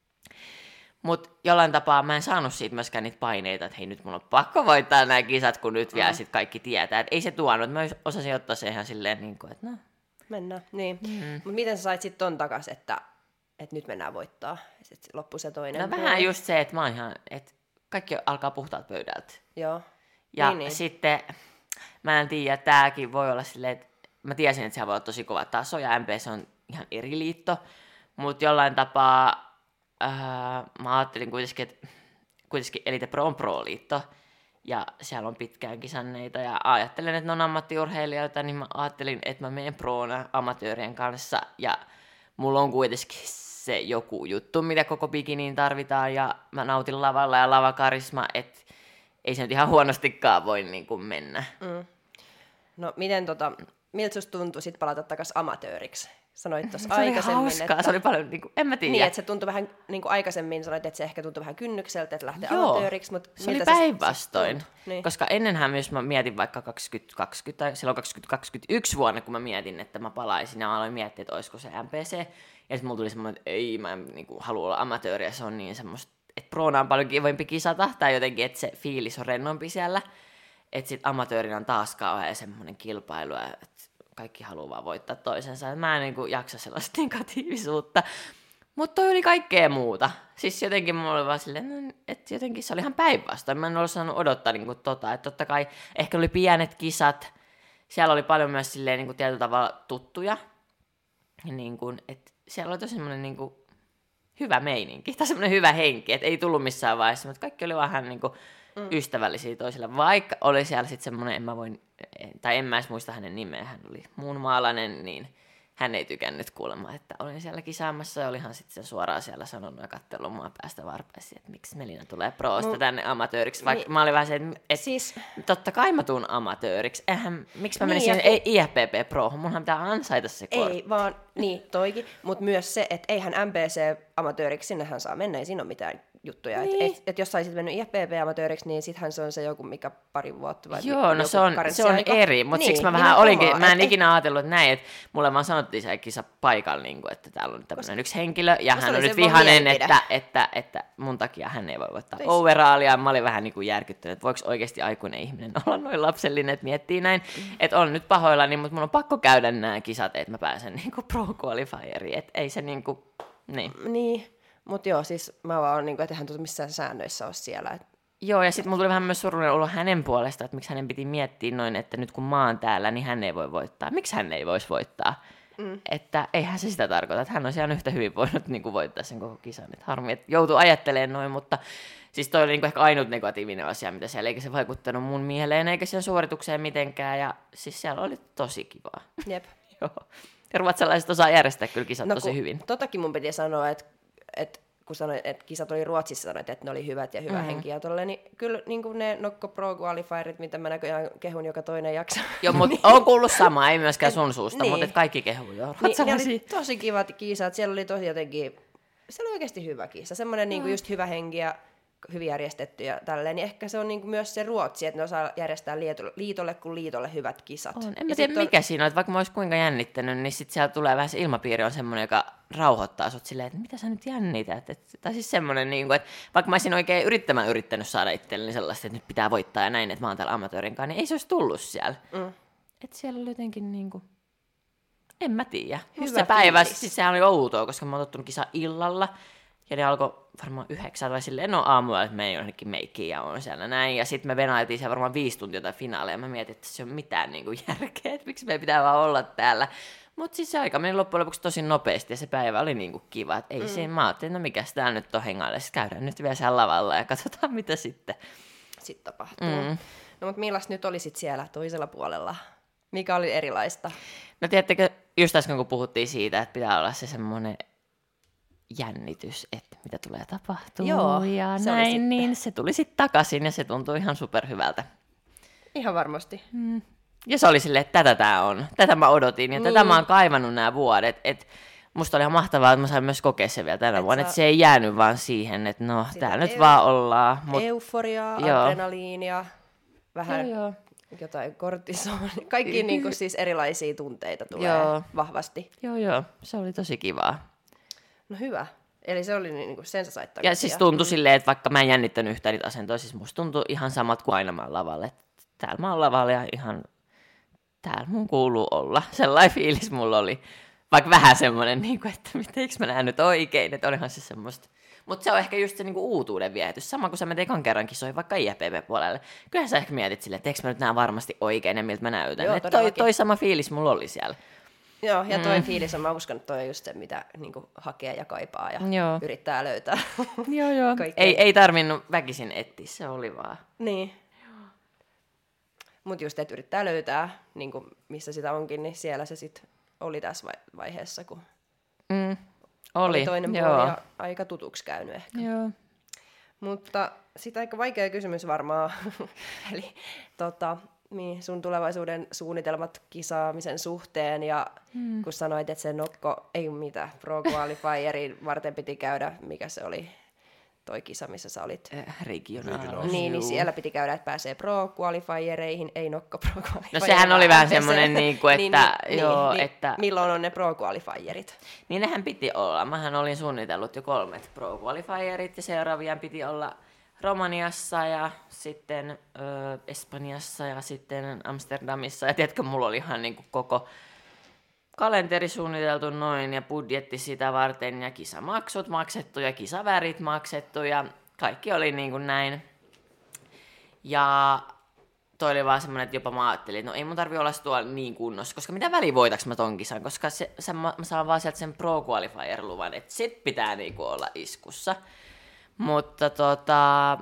Mutta jollain tapaa mä en saanut siitä myöskään niitä paineita, että hei nyt mun on pakko voittaa nämä kisat, kun nyt vielä mm. sit kaikki tietää. Et ei se tuonut, mä osasin ottaa se ihan silleen, niin kuin, että no. Mennään, niin. Mm. Mutta miten sä sait sitten ton takas, että, että nyt mennään voittaa? Sitten loppui se toinen No puoli. vähän just se, että mä oon ihan, että kaikki alkaa puhtaalta pöydältä. Joo. Ja niin, niin. sitten mä en tiedä, tääkin voi olla silleen, että mä tiesin, että siellä voi olla tosi kova taso ja M P C on ihan eri liitto, mutta jollain tapaa ää, mä ajattelin kuitenkin, että kuitenkin Elite Pro on pro-liitto ja siellä on pitkään kisanneita ja ajattelen, että ne on ammattiurheilijoita, niin mä ajattelin, että mä menen proona amatöörien kanssa ja mulla on kuitenkin se joku juttu, mitä koko bikiniin tarvitaan ja mä nautin lavalla ja lavakarisma, että ei se nyt ihan huonostikaan voi niin kuin mennä. Mm. No miten tota, miltä susta tuntui sit palata takaisin amatööriksi? Sanoit tuossa Se oli aikaisemmin, hauskaa, että... se oli paljon, niin kuin, en mä tiedä. Niin, että se tuntui vähän, niin kuin aikaisemmin sanoit, että se ehkä tuntui vähän kynnykseltä, että lähtee Joo, amatööriksi, mutta se oli miltä päinvastoin, sit tuntui? Niin. koska ennenhän myös mä mietin vaikka kaksituhattakaksikymmentä tai silloin kaksituhattakaksikymmentäyksi vuonna, kun mä mietin, että mä palaisin ja mä aloin miettiä, että olisiko se M P C. Ja sitten mulla tuli semmoinen, että ei, mä en niin kuin, halua olla amatööri ja se on niin semmoista, että proona on paljon kivempi kisata tai jotenkin, että se fiilis on rennompi siellä. Että sitten amatöörinä on taas kauhean semmoinen kilpailu, että kaikki haluaa vaan voittaa toisensa. Mä en niin kuin, jaksa sellaista negatiivisuutta. Mutta toi oli kaikkea muuta. Siis jotenkin mulla oli vaan silleen, että jotenkin se oli ihan päinvastoin. Mä en ollut saanut odottaa niin kuin tota. Että totta kai ehkä oli pienet kisat. Siellä oli paljon myös silleen niin kuin tietyllä tavalla tuttuja. Niin kuin, että siellä oli tosi semmoinen niin kuin hyvä meininki tai semmoinen hyvä henki, että ei tullut missään vaiheessa, mutta kaikki oli vähän niin kuin mm. ystävällisiä toisille, vaikka oli siellä sitten semmoinen, en mä voin, tai en mä edes muista hänen nimeä, hän oli muun maalainen, niin hän ei tykännyt kuulemma, että olin siellä kisaamassa ja olihan sitten sen suoraan siellä sanonut ja katsellut mua päästä varpaisiin, että miksi Melina tulee proosta no, tänne amatööriksi, vaikka niin, mä olin vähän se, että et, siis, totta kai mä tuun amatööriksi, eihän, miksi mä niin, menisin ei I F B B Prohon, munhan pitää ansaita se kortti. Ei vaan, niin toikin, mutta myös se, että eihän M B C-amatööriksi, sinnehän saa mennä, ei siinä ole mitään juttuja. Niin. Että et, et jos saisit mennyt I F B B-amatööriksi, niin sittenhän se on se joku, mikä pari vuotta vai joo, no se on, se on eri, mutta niin, siksi mä niin vähän olinkin, kovaa, mä en et, ikinä ajatellut, että näin, että mulle vaan sanottiin siellä kisa paikalla, niin kuin, että täällä on tämmöinen yksi henkilö, ja hän on nyt vihainen, että, että, että, että mun takia hän ei voi voittaa Teis. overallia. Mä olin vähän niin kuin järkyttynyt, että voiko oikeasti aikuinen ihminen olla noin lapsellinen, että miettii näin, mm. että on nyt pahoillani, mutta mun on pakko käydä nämä kisat, että mä pääsen niin kuin pro qualifieriin, että ei se niin kuin, niin. Niin. Mutta joo, siis mä vaan niin kuin, että eihän tuota missään säännöissä ole siellä. Et... Joo, ja sitten mulla tuli vähän myös surullinen olo hänen puolesta, että miksi hänen piti miettiä noin, että nyt kun mä oon täällä, niin hän ei voi voittaa. Miksi hän ei voisi voittaa? Mm. Että eihän se sitä tarkoita, että hän on ihan yhtä hyvin voinut niin kuin voittaa sen koko kisan. Et harmi, että joutuu ajattelemaan noin, mutta siis toi oli niin kuin ehkä ainut negatiivinen asia, mitä siellä, eikä se vaikuttanut mun mieleen, eikä siihen suoritukseen mitenkään, ja siis siellä oli tosi kivaa. Jep. Joo. Ja ruotsalaiset osaa järjestää kyllä kisat no, tosi hyvin. Totakin mun piti sanoa, että et, kun sanoit, että kisat oli Ruotsissa, sanoit, että ne oli hyvät ja hyvä mm-hmm. henki ja tolle, niin kyllä niin kuin ne Nokko Pro Qualifierit, mitä mä näköjään kehun joka toinen jakso. Joo, mutta on kuullut sama, ei myöskään sun suusta, niin. Mutta kaikki kehuu jo. Niin, ne oli tosi kivat kisat, siellä oli tosi jotenkin, siellä oli oikeasti hyvä kisa, semmoinen mm. niin kuin just hyvä henki ja hyvin järjestetty ja tälleen, niin ehkä se on niin kuin myös se Ruotsi, että ne osaa järjestää liitolle, liitolle kuin liitolle hyvät kisat. On. En mä tiedä mikä on... siinä on, että vaikka mä olis kuinka jännittänyt, niin sit siellä tulee vähän se ilmapiiri on semmoinen, joka rauhoittaa sut silleen, että mitä sä nyt jännität. Et, tai siis semmoinen, niin kuin, että vaikka mä olisin oikein yrittämään yrittänyt saada itselleni sellaista, että nyt pitää voittaa ja näin, että mä oon täällä amatöörin kanssa, niin ei se olisi tullut siellä. Mm. Että siellä oli jotenkin niin kuin, en mä tiedä. Musta se päivä, siis sehän oli outoa, koska mä oon tottunut kisa illalla. Ja ne alkoi varmaan yhdeksän vai silleen, no aamulla, että menin jonnekin meikkiin ja on siellä näin. Ja sitten me venailtiin siellä varmaan viisi tuntia tai finaaleja. Ja mä mietin, että se on mitään niinku järkeä, että miksi meidän pitää vaan olla täällä. Mutta siis se aika meni loppujen lopuksi tosi nopeasti ja se päivä oli niinku kiva. Että ei mm. siinä, mä ajattelin, no mikäs täällä nyt on hengaille. Sitten käydään nyt vielä siellä lavalla ja katsotaan mitä sitten. Sitten tapahtuu. Mm. No mutta millaista nyt oli sitten siellä toisella puolella? Mikä oli erilaista? No tiedättekö, just äsken kun puhuttiin siitä, että pitää olla se semmoinen jännitys, että mitä tulee tapahtua Joo, ja näin, niin se tuli sitten takaisin ja se tuntui ihan superhyvältä. Ihan varmasti. Mm. Ja se oli silleen, että tätä tää on. Tätä mä odotin ja niin. tätä mä oon kaivannut nämä vuodet. Et musta oli ihan mahtavaa, että mä sain myös kokea se vielä tänä et vuonna, että se ei jäänyt vaan siihen, että no täällä eu- nyt vaan ollaan. Mut... Euforiaa, joo. Adrenaliinia, vähän joo, joo. jotain kortisonia. Kaikki niinku siis erilaisia tunteita tulee joo. vahvasti. Joo, joo. Se oli tosi kivaa. No hyvä. Eli se oli niinku sen sä sait ja siis tuntui mm. silleen, että vaikka mä en jännittänyt yhtään niitä asentoja, siis musta tuntui ihan samat kuin aina mä oon lavalle. Että täällä mä oon lavalla ja ihan täällä mun kuuluu olla. Sellainen fiilis mulla oli. Vaikka vähän semmoinen, niin kuin, että miteikö mä näen nyt oikein, että olihan se semmoista. Mutta se on ehkä just se niinku uutuuden viehätys. Sama kuin sä menet ekan kerran kisoihin vaikka I F B B-puolelle. Kyllähän sä ehkä mietit silleen, että eikö mä nyt näen varmasti oikein ja miltä mä näytän. Joo, toi, toi sama fiilis mulla oli siellä. Joo, ja toi mm. fiilis on, mä uskon, että toi on just se, mitä niin kuin, hakee ja kaipaa ja joo. yrittää löytää. Joo, joo. Ei, ei tarvinnut väkisin etsiä, se oli vaan. Niin. Mutta just, että yrittää löytää, niin kuin, missä sitä onkin, niin siellä se sitten oli tässä vaiheessa, kun mm. oli. oli toinen joo. puoli ja aika tutuksi käynyt ehkä. Joo. Mutta sitten aika vaikea kysymys varmaan. Eli tota... Niin, sun tulevaisuuden suunnitelmat kisaamisen suhteen ja hmm. kun sanoit, että se Nokko, ei mitään, Pro Qualifierin varten piti käydä, mikä se oli toi kisa, missä sä olit? Äh, regional. Niin, niin siellä piti käydä, että pääsee Pro Qualifiereihin, ei Nokko Pro Qualifiereihin. No sehän oli vähän semmoinen, niin kuin, että, niin, joo, niin, että... Milloin on ne Pro Qualifierit? Niin nehän piti olla. Mähän olin suunnitellut jo kolmet Pro Qualifierit ja seuraavia piti olla Romaniassa ja sitten ö, Espanjassa ja sitten Amsterdamissa. Ja tiedätkö, mulla oli ihan niin kuin koko kalenteri suunniteltu noin ja budjetti sitä varten ja kisamaksut maksettu ja kisavärit maksettu ja kaikki oli niin kuin näin. Ja toi oli vaan semmoinen, että jopa mä ajattelin, että no ei mun tarvi olla tuolla niin kunnossa, koska mitä väliä voitaks mä ton kisan, koska se, se, mä, mä saan vaan sieltä sen Pro Qualifier-luvan, että sit pitää niinku olla iskussa. Mutta tota,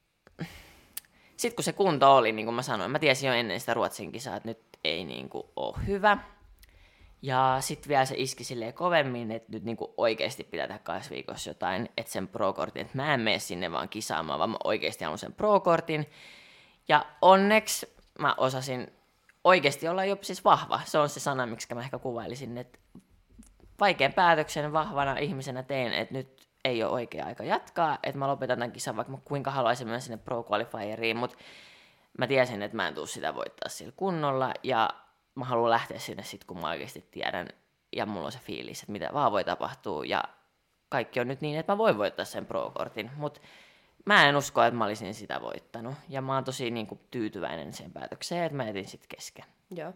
sit kun se kunto oli, niin kuin mä sanoin, mä tiesin jo ennen sitä Ruotsin kisaa, että nyt ei niinku ole hyvä. Ja sit vielä se iski silleen kovemmin, että nyt niinku oikeesti pitää tehdä kahdessa viikossa jotain, että sen pro-kortin, että mä en mene sinne vaan kisaamaan, vaan mä oikeesti haluan sen pro-kortin. Ja onneksi mä osasin oikeasti olla jo siis vahva. Se on se sana, miksi mä ehkä kuvailisin, että vaikean päätöksen vahvana ihmisenä teen, että nyt ei ole oikea aika jatkaa, että mä lopetan tämän kisan, vaikka mä kuinka haluaisin mennä sinne Pro Qualifieriin, mutta mä tiesin, että mä en tule sitä voittaa sillä kunnolla, ja mä haluan lähteä sinne sitten, kun mä oikeasti tiedän, ja mulla on se fiilis, että mitä vaan voi tapahtua, ja kaikki on nyt niin, että mä voin voittaa sen pro-kortin, mutta mä en usko, että mä olisin sitä voittanut, ja mä oon tosi niin kuin, tyytyväinen sen päätökseen, että mä etin sitten kesken. Joo.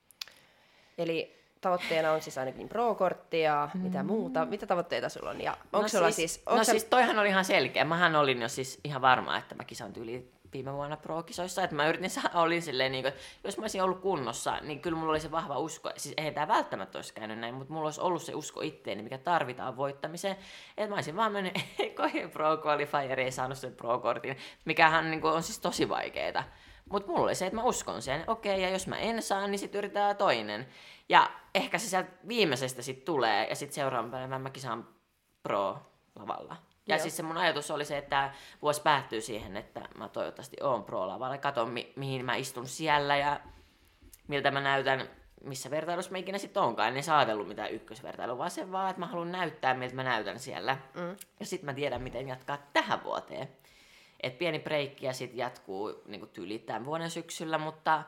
Eli tavoitteena on siis ainakin pro-kortti ja mm. mitä muuta. Mitä tavoitteita sulla on? Ja onko no sulla siis, siis... No sä... siis toihan oli ihan selkeä. Mähän olin jo siis ihan varma, että mä kisan tyyliin viime vuonna pro-kisoissa. Että mä yritin saada, olin silleen, niin kuin, että jos mä olisin ollut kunnossa, niin kyllä mulla oli se vahva usko. Siis eihän tää välttämättä olisi käynyt näin, mutta mulla olisi ollut se usko itteeni, mikä tarvitaan voittamiseen. Että mä olisin vaan mennyt ekoihin pro-qualifieriin ja saanut sen pro-kortin, mikähän niin kuin, on siis tosi vaikeeta. Mutta mulla oli se, että mä uskon sen, okei, okay, ja jos mä en saa, niin sitten yritetään toinen. Ja ehkä se sieltä viimeisestä sitten tulee, ja sitten seuraavan päivän mä kisaan pro-lavalla. Ja siis se mun ajatus oli se, että vuosi päättyy siihen, että mä toivottavasti oon pro-lavalla. Katon, mi- mihin mä istun siellä ja miltä mä näytän, missä vertailussa mä ikinä sitten onkaan. En saa ajatellut mitään ykkösvertailua, vaan se vaan, että mä haluan näyttää, miltä mä näytän siellä. Mm. Ja sitten mä tiedän, miten jatkaa tähän vuoteen. Et pieni breikki ja sitten jatkuu niin tyyliin tämän vuoden syksyllä, mutta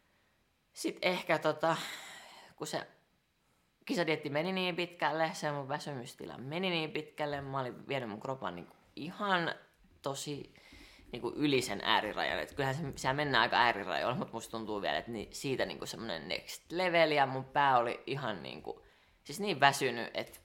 sitten ehkä tota, kun se kisadietti meni niin pitkälle, se mun väsymystila meni niin pitkälle, mä olin vienyt mun kropan niin ihan tosi niin yli sen äärirajan. Et kyllähän se, siellä mennään aika äärirajoilla, mutta musta tuntuu vielä, että ni, siitä niin semmoinen next level, ja mun pää oli ihan niin, kuin, siis niin väsynyt, että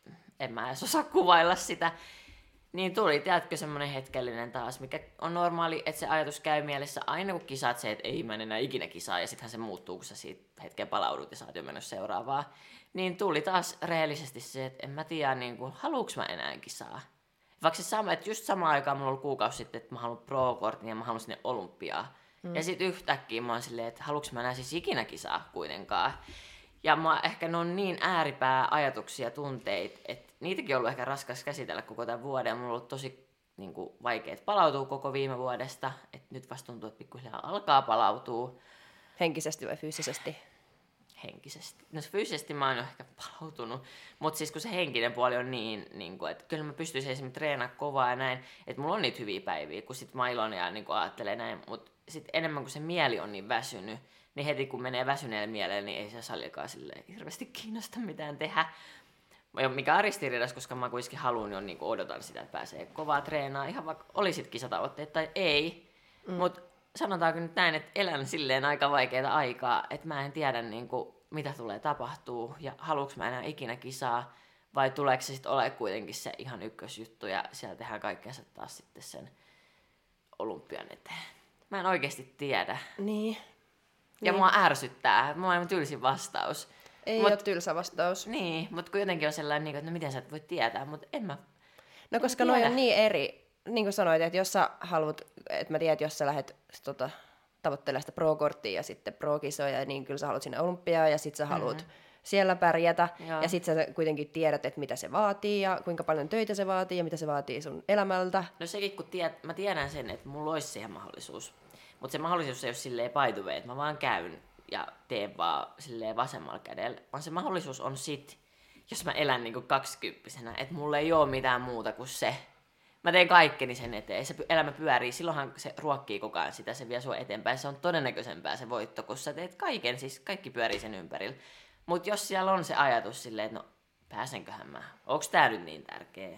en mä edes osaa kuvailla sitä. Niin tuli, tiedätkö, semmoinen hetkellinen taas, mikä on normaali, että se ajatus käy mielessä aina kun kisaat se, että ei mä en enää ikinä kisaa, ja sittenhän se muuttuu, kun sä siitä hetken palaudut ja sä oot jo mennyt seuraavaa. Niin tuli taas rehellisesti se, että en mä tiedä, niin kuin, haluuks mä enää kisaa. Vaikka se sama, että just samaan aikaan mulla oli kuukausi sitten, että mä haluan pro-kortin ja mä haluan sinne olympiaan. Mm. Ja sitten yhtäkkiä mä oon silleen, että haluuks mä enää siis ikinä kisaa kuitenkaan. Ja mä ehkä ne on niin ääripää ajatuksia, tunteita, että niitäkin on ollut ehkä raskas käsitellä koko tämän vuoden. Mulla on ollut tosi niin kuin, vaikeet palautua koko viime vuodesta. Että nyt vasta tuntuu, että pikkuhiljaa alkaa palautua. Henkisesti vai fyysisesti? Henkisesti. No fyysisesti mä oon jo ehkä palautunut. Mutta siis kun se henkinen puoli on niin, niin kuin, että kyllä mä pystyisin esimerkiksi treenaamaan kovaa ja näin. Että mulla on niitä hyviä päiviä, kun sit mä ilon ja niin kuin ajattelee näin. Mutta sit enemmän kuin se mieli on niin väsynyt, niin heti kun menee väsyneelle mielelle, niin ei se salikaan silleen hirveästi kiinnosta mitään tehdä. Mikä on ristiriidas, koska mä kuitenkin haluan jo niin odotan sitä, että pääsee kovaa treenaa, ihan vaikka olisit kisatavoitteet tai ei. Mm. Mutta sanotaanko nyt näin, että elän silleen aika vaikeaa aikaa, että mä en tiedä niin kuin, mitä tulee tapahtuu ja haluuks mä enää ikinä kisaa, vai tuleeko se sitten ole kuitenkin se ihan ykkösjuttu ja siellä tehdään kaikkeensa taas sitten sen olympian eteen. Mä en oikeasti tiedä. Niin. Ja niin. mua ärsyttää. Mua on tylsin vastaus. Ei mut, ole tylsä vastaus. Niin, mutta kuitenkin on sellainen, että no miten sä et voi tietää, mutta en mä No koska noi on niin eri, niin kuin sanoit, että jos sä haluat, että mä tiedän, että jos sä lähdet tota, tavoittelemaan sitä pro-korttia ja sitten pro-kisoja, niin kyllä sä haluat sinne olympiaan ja sit sä haluat mm-hmm. siellä pärjätä. Joo. Ja sit sä kuitenkin tiedät, että mitä se vaatii ja kuinka paljon töitä se vaatii ja mitä se vaatii sun elämältä. No sekin, kun tiedät, mä tiedän sen, että mulla olisi siihen mahdollisuus. Mutta se mahdollisuus ei ole silleen by the way, että mä vaan käyn ja teen vaan silleen vasemmalla kädellä. Vaan se mahdollisuus on sit, jos mä elän niinku kaksikymppisenä, että mulla ei ole mitään muuta kuin se. Mä teen kaikkeni sen eteen. Se elämä pyörii, silloinhan se ruokkii koko ajan sitä, se vie sua eteenpäin. Se on todennäköisempää se voitto, kun sä teet kaiken, siis kaikki pyörii sen ympärillä. Mutta jos siellä on se ajatus silleen, että no pääsenköhän mä, onks tää nyt niin tärkeä?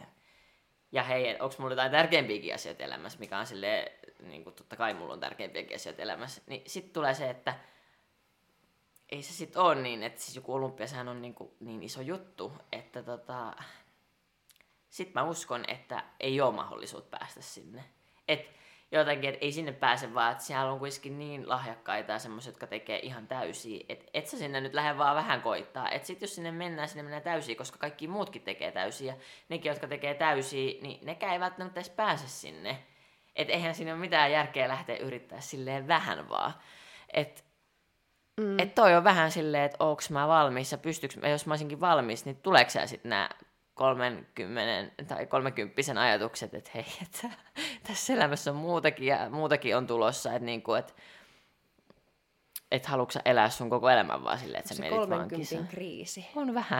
Ja hei, onks mulla jotain tärkeimpiäkin asioita elämässä, mikä on silleen, niin kuin totta kai mulla on tärkeimpiäkin asioita elämässä, niin sit tulee se, että ei se sit ole niin, että siis joku olympia, sehän on niin, kuin niin iso juttu, että tota, sit mä uskon, että ei ole mahdollisuutta päästä sinne. Et jotenkin, että ei sinne pääse vaan, että siellä on kuitenkin niin lahjakkaita ja semmoisia, jotka tekee ihan täysiä, että et sä sinne nyt lähde vaan vähän koittaa. Että sit jos sinne mennään, sinne mennään täysiä, koska kaikki muutkin tekee täysiä, nekin, jotka tekee täysiä, niin nekään ei välttämättä edes pääse sinne. Että eihän siinä ole mitään järkeä lähteä yrittää silleen vähän vaan. Että mm. et toi on vähän silleen, että onko mä valmis ja pystyykö, jos mä olisinkin valmis, niin tuleeko sä sitten nämä kolmenkymmenen tai kolmekymppisen ajatukset, että hei, että tässä elämässä on muutakin ja muutakin on tulossa, että niinku, et, et haluatko sä elää sun koko elämän vaan silleen, että sä mietit vaan kolmenkympin kriisi. On vähän.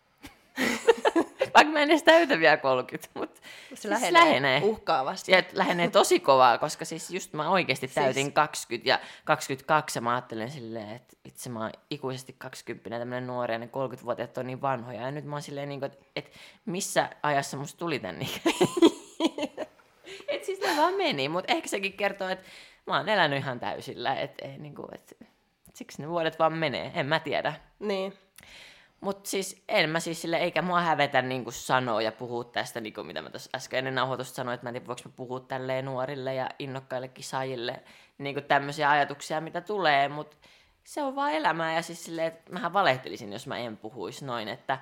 Vaikka mä en edes täytä vielä kolmekymmentä, mutta se siis lähenee, lähenee uhkaavasti. Ja lähenee tosi kovaa, koska siis just mä oikeasti täytin siis... kaksikymmentä ja kaksikymmentäkaksi ja mä ajattelin silleen, että itse mä oon ikuisesti kaksikymmentä, tämmönen nuori ja ne kolmekymmentävuotiaat on niin vanhoja. Ja nyt mä oon silleen, niin kuin, että, että missä ajassa musta tuli tän ikäinen. Että siis ne vaan meni, mutta ehkä sekin kertoo, että mä oon elänyt ihan täysillä, että, ei, niin kuin, että siksi ne vuodet vaan menee, en mä tiedä. Niin. Mutta siis en mä siis sille, eikä mua hävetä niinku sanoa ja puhua tästä, niinku mitä mä tuossa äsken ennen nauhoitusta sanoin, että mä en tiedä, voiko mä puhua tälleen nuorille ja innokkaille kisaajille niinku tämmöisiä ajatuksia, mitä tulee, mutta se on vaan elämää ja siis silleen, että mähän valehtelisin, jos mä en puhuisi noin, että,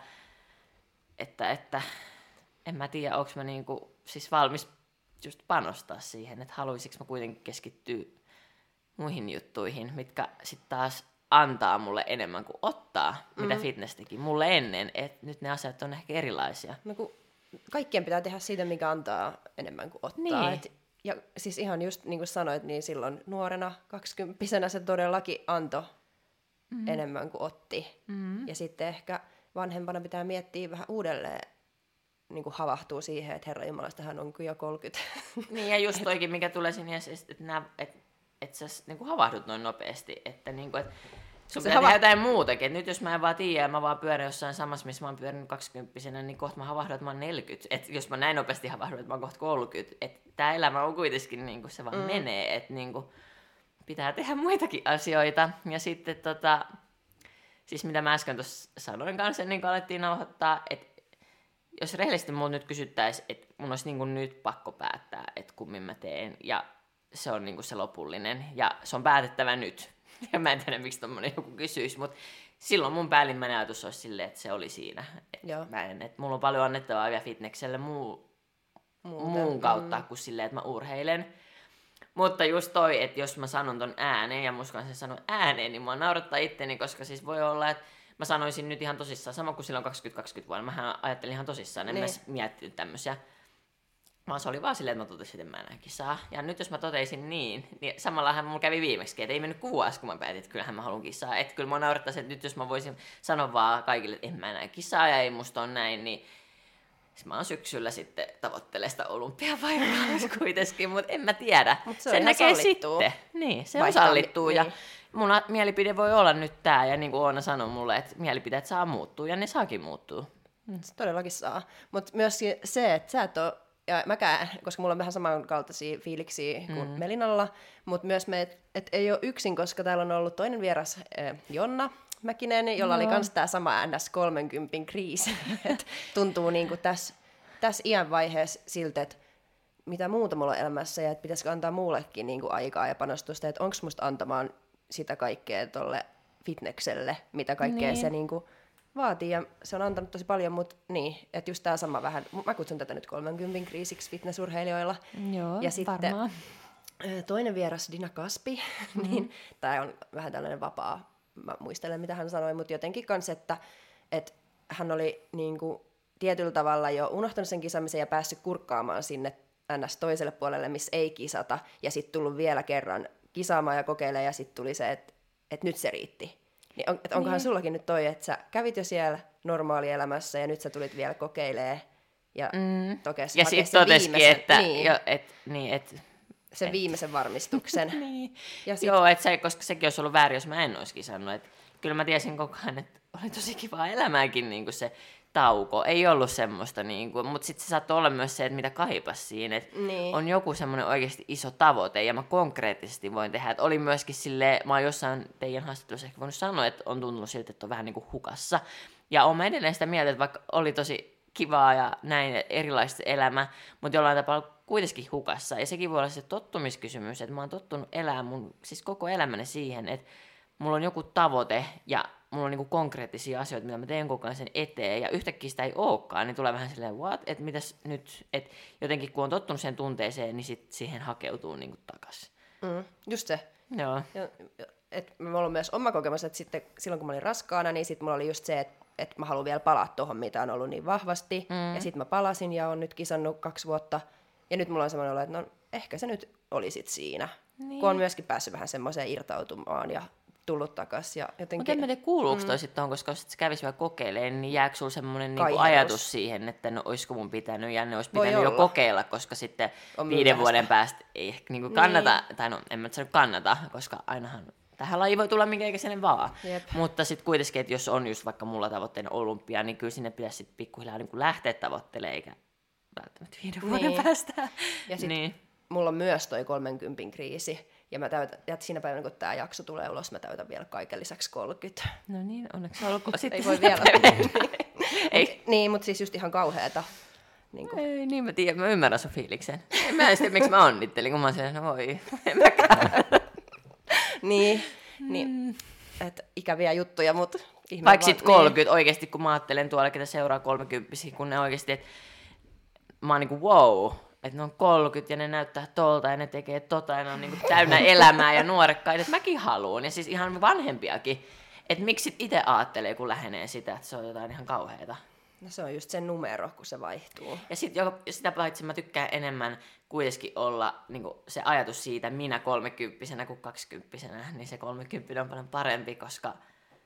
että, että en mä tiedä, onko mä niinku, siis valmis just panostaa siihen, että haluaisinko mä kuitenkin keskittyä muihin juttuihin, mitkä sitten taas antaa mulle enemmän kuin ottaa, mitä mm. fitness teki mulle ennen, että nyt ne asiat on ehkä erilaisia. No kun kaikkien pitää tehdä siitä, mikä antaa enemmän kuin ottaa. Niin. Et, ja siis ihan just niin kuin sanoit, niin silloin nuorena, kaksikymppisenä se todellakin antoi mm. enemmän kuin otti. Mm. Ja sitten ehkä vanhempana pitää miettiä vähän uudelleen, niin kuin havahtuu siihen, että Herra Jumalasta hän on kyllä jo kolmekymmentä. Niin ja just toikin, mikä tulee sinne, että et, et sä niin kuin havahdut noin nopeasti, että niin kuin, et sun pitää hava- tehdä jotain muutakin. Et nyt jos mä en vaan tiedä, mä vaan pyörin jossain samassa, missä mä oon pyörinyt kaksikymppisenä, niin kohta mä havahdun, että mä oon neljäkymmentä. Et jos mä näin nopeasti havahdun, että mä oon kohta kolmekymmentä. Että tää elämä on kuitenkin, niin kuin se vaan mm. menee, että niin kuin pitää tehdä muitakin asioita. Ja sitten tota, siis mitä mä äsken tuossa sanoin kanssa, niin kun alettiin nauhoittaa, että jos rehellisesti mun nyt kysyttäisiin, että mun olisi niin kuin nyt pakko päättää, että kummin mä teen, ja se on niin kuin se lopullinen, ja se on päätettävä nyt. Ja mä en tiedä, miksi tommonen joku kysyisi, mutta silloin mun päällimmäinen ajatus olisi silleen, että se oli siinä. Että mä en, että mulla on paljon annettavaa vielä fitnekselle muu, muun kautta mm. kuin silleen, että mä urheilen. Mutta just toi, että jos mä sanon ton ääneen, ja muskaan sen sanon ääneen, niin mua naurattaa itteni, koska siis voi olla, että mä sanoisin nyt ihan tosissaan, sama kuin silloin kaksikymmentä kaksikymmentä vuonna, mähän ajattelin ihan tosissaan, en niin. mä miettinyt tämmöisiä. Vaan se oli vaan silleen, että mä totesin, että mä enää kisaa. Ja nyt jos mä totesin niin, niin samallahan mulla kävi viimeksi, että ei mennyt kuvaas, kun mä päätin, että kyllähän mä haluan kisaa. Että kyllä mä naurettaisi, että nyt jos mä voisin sanoa vaan kaikille, että en mä enää kisaa ja ei musta on näin, niin mä oon syksyllä sitten tavoittelee sitä olympiapaikkaa kuitenkin, mutta en mä tiedä. Mut se sen näkee sitten. Niin, se on sallittua. Niin. Ja mun mielipide voi olla nyt tää, ja niin kuin Oona sanoi mulle, että mielipiteet saa muuttua, ja ne saakin muuttua. Se todellakin saa. Mutta myös se, että sä et ole, ja mäkään, koska mulla on vähän samankaltaisia fiiliksiä kuin mm. Melinalla, mutta myös me, että et ei ole yksin, koska täällä on ollut toinen vieras, äh, Jonna Mäkinen, jolla no. oli myös tämä sama N S kolmekymmentä kriisi. Et tuntuu niinku tässä täs iän vaiheessa siltä, että mitä muuta mulla on elämässä ja että pitäisikö antaa muullekin niinku aikaa ja panostusta, että onko musta antamaan sitä kaikkea tolle fitnekselle, mitä kaikkea niin. se niinku vaatii, ja se on antanut tosi paljon, mutta niin, että just tämä sama vähän, mä kutsun tätä nyt kolmenkympin kriisiksi fitnessurheilijoilla. Joo, ja sitten varmaan. Toinen vieras, Dina Kaspi, mm-hmm. niin tämä on vähän tällainen vapaa, mä muistelen mitä hän sanoi, mutta jotenkin kans, että, että hän oli niinku tietyllä tavalla jo unohtanut sen kisaamisen ja päässyt kurkkaamaan sinne ns. Toiselle puolelle, missä ei kisata, ja sitten tullut vielä kerran kisaamaan ja kokeilemaan, ja sitten tuli se, että, että nyt se riitti. Niin on, et onkohan niin. sullakin nyt toi, että sä kävit jo siellä normaalielämässä ja nyt sä tulit vielä kokeilemaan ja mm. tokes, ja sitten totesikin, että niin, jo, et, niin, et, sen et. viimeisen varmistuksen. niin. ja sit, Joo, et se, koska sekin olisi ollut väärin, jos mä en olisi kisannut. Et kyllä mä tiesin koko ajan, että oli tosi kivaa elämääkin niin kuin se tauko. Ei ollut semmoista, niin kuin, mutta sitten se saattoi olla myös se, että mitä kaipasi siinä. Että niin. on joku semmoinen oikeasti iso tavoite ja mä konkreettisesti voin tehdä. Että oli myöskin silleen, mä oon jossain teidän haastattelussa ehkä voinut sanoa, että on tuntunut siltä, että on vähän niin kuin hukassa. Ja oon edelleen sitä mieltä, että vaikka oli tosi kivaa ja näin erilaista elämä, mutta jollain tapaa kuitenkin hukassa. Ja sekin voi olla se tottumiskysymys, että mä oon tottunut elämään mun, siis koko elämäni siihen, että mulla on joku tavoite ja mulla on niinku konkreettisia asioita, mitä mä teen koko ajan sen eteen, ja yhtäkkiä sitä ei olekaan, niin tulee vähän silleen, what, että mitäs nyt, että jotenkin kun on tottunut sen tunteeseen, niin sit siihen hakeutuu niinku takaisin. Mm, just se. Joo. Ja, et mulla on myös oma kokemus, että sitten, silloin kun mä olin raskaana, niin sitten mulla oli just se, että et mä haluan vielä palata tuohon, mitä on ollut niin vahvasti, mm. ja sitten mä palasin ja on nyt kisannut kaksi vuotta, ja nyt mulla on semmoinen olo, että no ehkä se nyt oli sit siinä, niin. Kun on myöskin päässyt vähän semmoiseen irtautumaan ja tullut takaisin. Ja jotenkin... Mutta en mä tiedä, kuuluuko mm. toi sitten tuohon, koska jos se kävisi vielä kokeilemaan, niin jääkö sulla semmoinen niinku ajatus siihen, että no olisiko mun pitänyt ja ne olisi pitänyt jo kokeilla, koska sitten on viiden vuoden päästä ei ehkä niinku kannata, niin. tai no en mä sano kannata, koska ainahan tähän lajiin voi tulla minkä ikäinen vaan. Jep. Mutta sitten kuitenkin, että jos on just vaikka mulla tavoitteena olympia, niin kyllä sinne pitäisi sitten pikkuhiljaa niinku lähteä tavoittelemaan, eikä välttämättä viiden niin. vuoden päästä. Ja sitten niin. mulla on myös toi kolmenkympin kriisi. Ja, mä täytän, ja siinä päivänä, kun tämä jakso tulee ulos, mä täytän vielä kaiken lisäksi kolmekymmentä. No niin, onneksi olkoon sitten. Ei voi vielä. Ei. Mut, niin, mutta siis just ihan kauheata. Niin kuin. Ei, niin mä tiedän, mä ymmärrän sun fiiliksen. En mä tiedä, miksi mä onnittelin, kun mä oon siellä, no voi, en mäkään. niin, niin että ikäviä juttuja, mutta ihme vaikka vaan, sit kolmekymmentä niin. Oikeasti, kun mä ajattelen tuolla, ketä seuraa kolmekymppisiä, kun ne oikeasti, että mä oon niinku wow, että ne on kolmekymmentä ja ne näyttää tolta ja ne tekee tota ja ne on niinku täynnä elämää ja nuorekkaita, että mäkin haluun. Ja siis ihan vanhempiakin. Että miksi sit itse ajattelee, kun lähenee sitä, että se on jotain ihan kauheata. No se on just se numero, kun se vaihtuu. Ja sit jo, sitä paitsi mä tykkään enemmän kuitenkin olla niinku se ajatus siitä minä kolmekymppisenä kuin kaksikymppisenä, niin se kolmekymppinen on paljon parempi, koska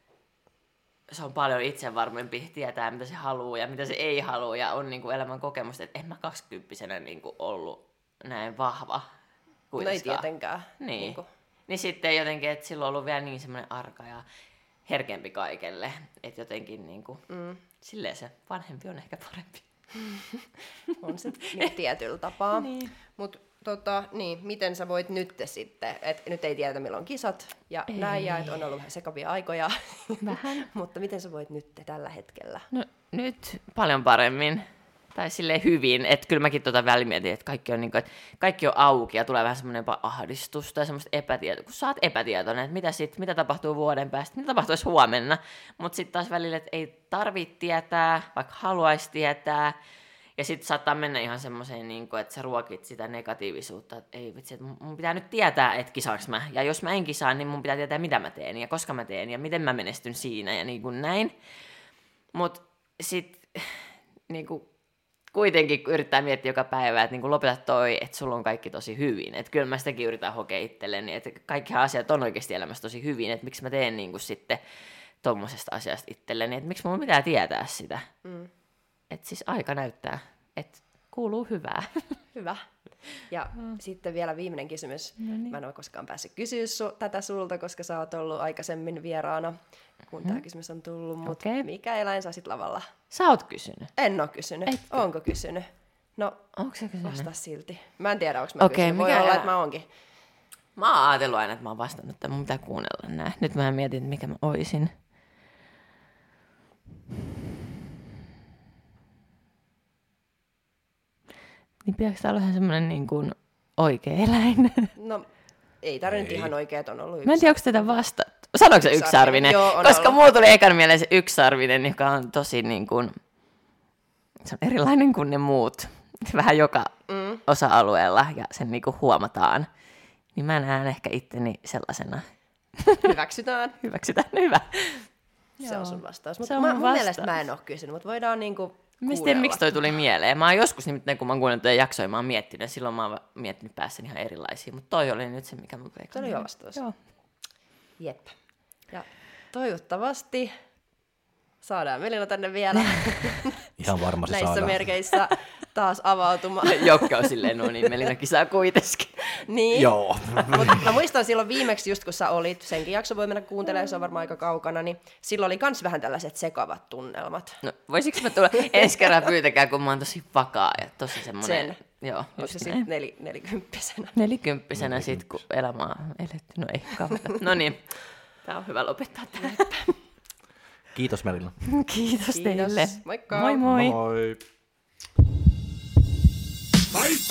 se on paljon itsevarmempi, tietää mitä se haluaa ja mitä se ei halua ja on niinku elämän kokemusta, että en mä kaksikymppisenä niinku ollut näin vahva kuitenkaan. No ei tietenkään. Niin. Niinku. Niin sitten jotenkin, että silloin on ollut vielä niin semmoinen arka ja herkempi kaikelle, että jotenkin niinku, mm. silleen se vanhempi on ehkä parempi. On se niin tietyllä tapaa. Niin. Mutta tota, niin, miten sä voit nyt sitten, että nyt ei tiedä milloin kisat ja ei. Näin, ja että on ollut vähän sekavia aikoja, vähän. Mutta miten sä voit nyt tällä hetkellä? No nyt paljon paremmin, tai silleen hyvin, että kyllä mäkin tuota välimietin, että kaikki on, niin kuin, että kaikki on auki ja tulee vähän semmoinen ahdistusta ja semmoista epätietoa, kun sä oot epätietoinen, että mitä, sit, mitä tapahtuu vuoden päästä, mitä tapahtuisi huomenna, mutta sitten taas välillä, että ei tarvitse tietää, vaikka haluaisi tietää. Ja sitten saattaa mennä ihan semmoiseen, niin että sä ruokit sitä negatiivisuutta, että ei vitsi, että mun pitää nyt tietää, että kisaanko mä. Ja jos mä en kisaa, niin mun pitää tietää, mitä mä teen ja koska mä teen ja miten mä menestyn siinä ja niin kuin näin. Mutta sitten niin kuin kuitenkin yrittää miettiä joka päivä, että niin kuin lopeta toi, että sulla on kaikki tosi hyvin. Että kyllä mä sitäkin yritän hokea itselleni, että kaikki asiat on oikeasti elämässä tosi hyvin, että miksi mä teen niin kuin sitten tommosesta asiasta itselleni, että miksi mun pitää tietää sitä. Mm. Että siis aika näyttää, että kuuluu hyvää. Hyvä. Ja mm. sitten vielä viimeinen kysymys. No niin. Mä en ole koskaan päässyt kysyä su- tätä sulta, koska sä oot ollut aikaisemmin vieraana, kun mm. tämä kysymys on tullut. Mutta okay. Mikä eläin sä sit lavalla? Sä oot kysynyt. En ole kysynyt. Etkö? Onko kysynyt? No, onko sä kysynyt? Vasta silti. Mä en tiedä, onko mä okay, kysynyt. Voi olla, että mä oonkin. Mä oon ajatellut aina, että mä oon vastannut, että mun pitää kuunnella nää. Nyt mä mietin, että mikä mä oisin. Niin pitääkö tää olla ihan semmoinen niin kuin oikea eläin? No, ei tarvitse ihan oikeet on ollut yksi. Mä en tiedä, onko tätä vastattu. Sanoiko se yksisarvinen? Joo, koska mulla tuli ekan mieleen se yksisarvinen, joka on tosi niin kuin, se on erilainen kuin ne muut. Vähän joka mm. osa-alueella ja sen niin kuin huomataan. Niin mä näen ehkä itteni sellaisena. Hyväksytään. Hyväksytään, hyvä. Se Joo. on sun vastaus. Mut Se on mä, mun mun vastaus. mielestä mä en ole kysynyt, mutta voidaan niinku Mä en tiedä, miksi toi tuli mieleen. Mä oon joskus nimittäin, kun mä oon kuunnellut jaksoja, mä oon miettinyt, silloin mä oon miettinyt päässäni ihan erilaisia, mutta toi oli nyt se, mikä mun veikkaan. Se oli hyvä vastaus. Joo. Jep. Ja toivottavasti saadaan Melina tänne vielä. Ihan varmasti näissä saadaan. merkeissä taas avautumaan. Jokka on silleen, no niin, Melinakin saa kuitenkin. Niin. Joo. Mut mä muistan silloin viimeksi, just kun sä olit, senkin jakso voi mennä kuuntelemaan, se on varmaan aika kaukana, niin silloin oli kans vähän tällaiset sekavat tunnelmat. No voisiko mä tulla ensi kerran pyytäkää, kun mä oon tosi vakaa ja tosi semmoinen. Sen. Joo, onko se sitten nel, nelikymppisenä? Nelikymppisenä sitten, kun elämä on eletty. No ei kauheeta. No niin, tää on hyvä lopettaa tähän. Kiitos Melina. Kiitos, Kiitos teille. Moikka. Moi moi. Moi. Fight!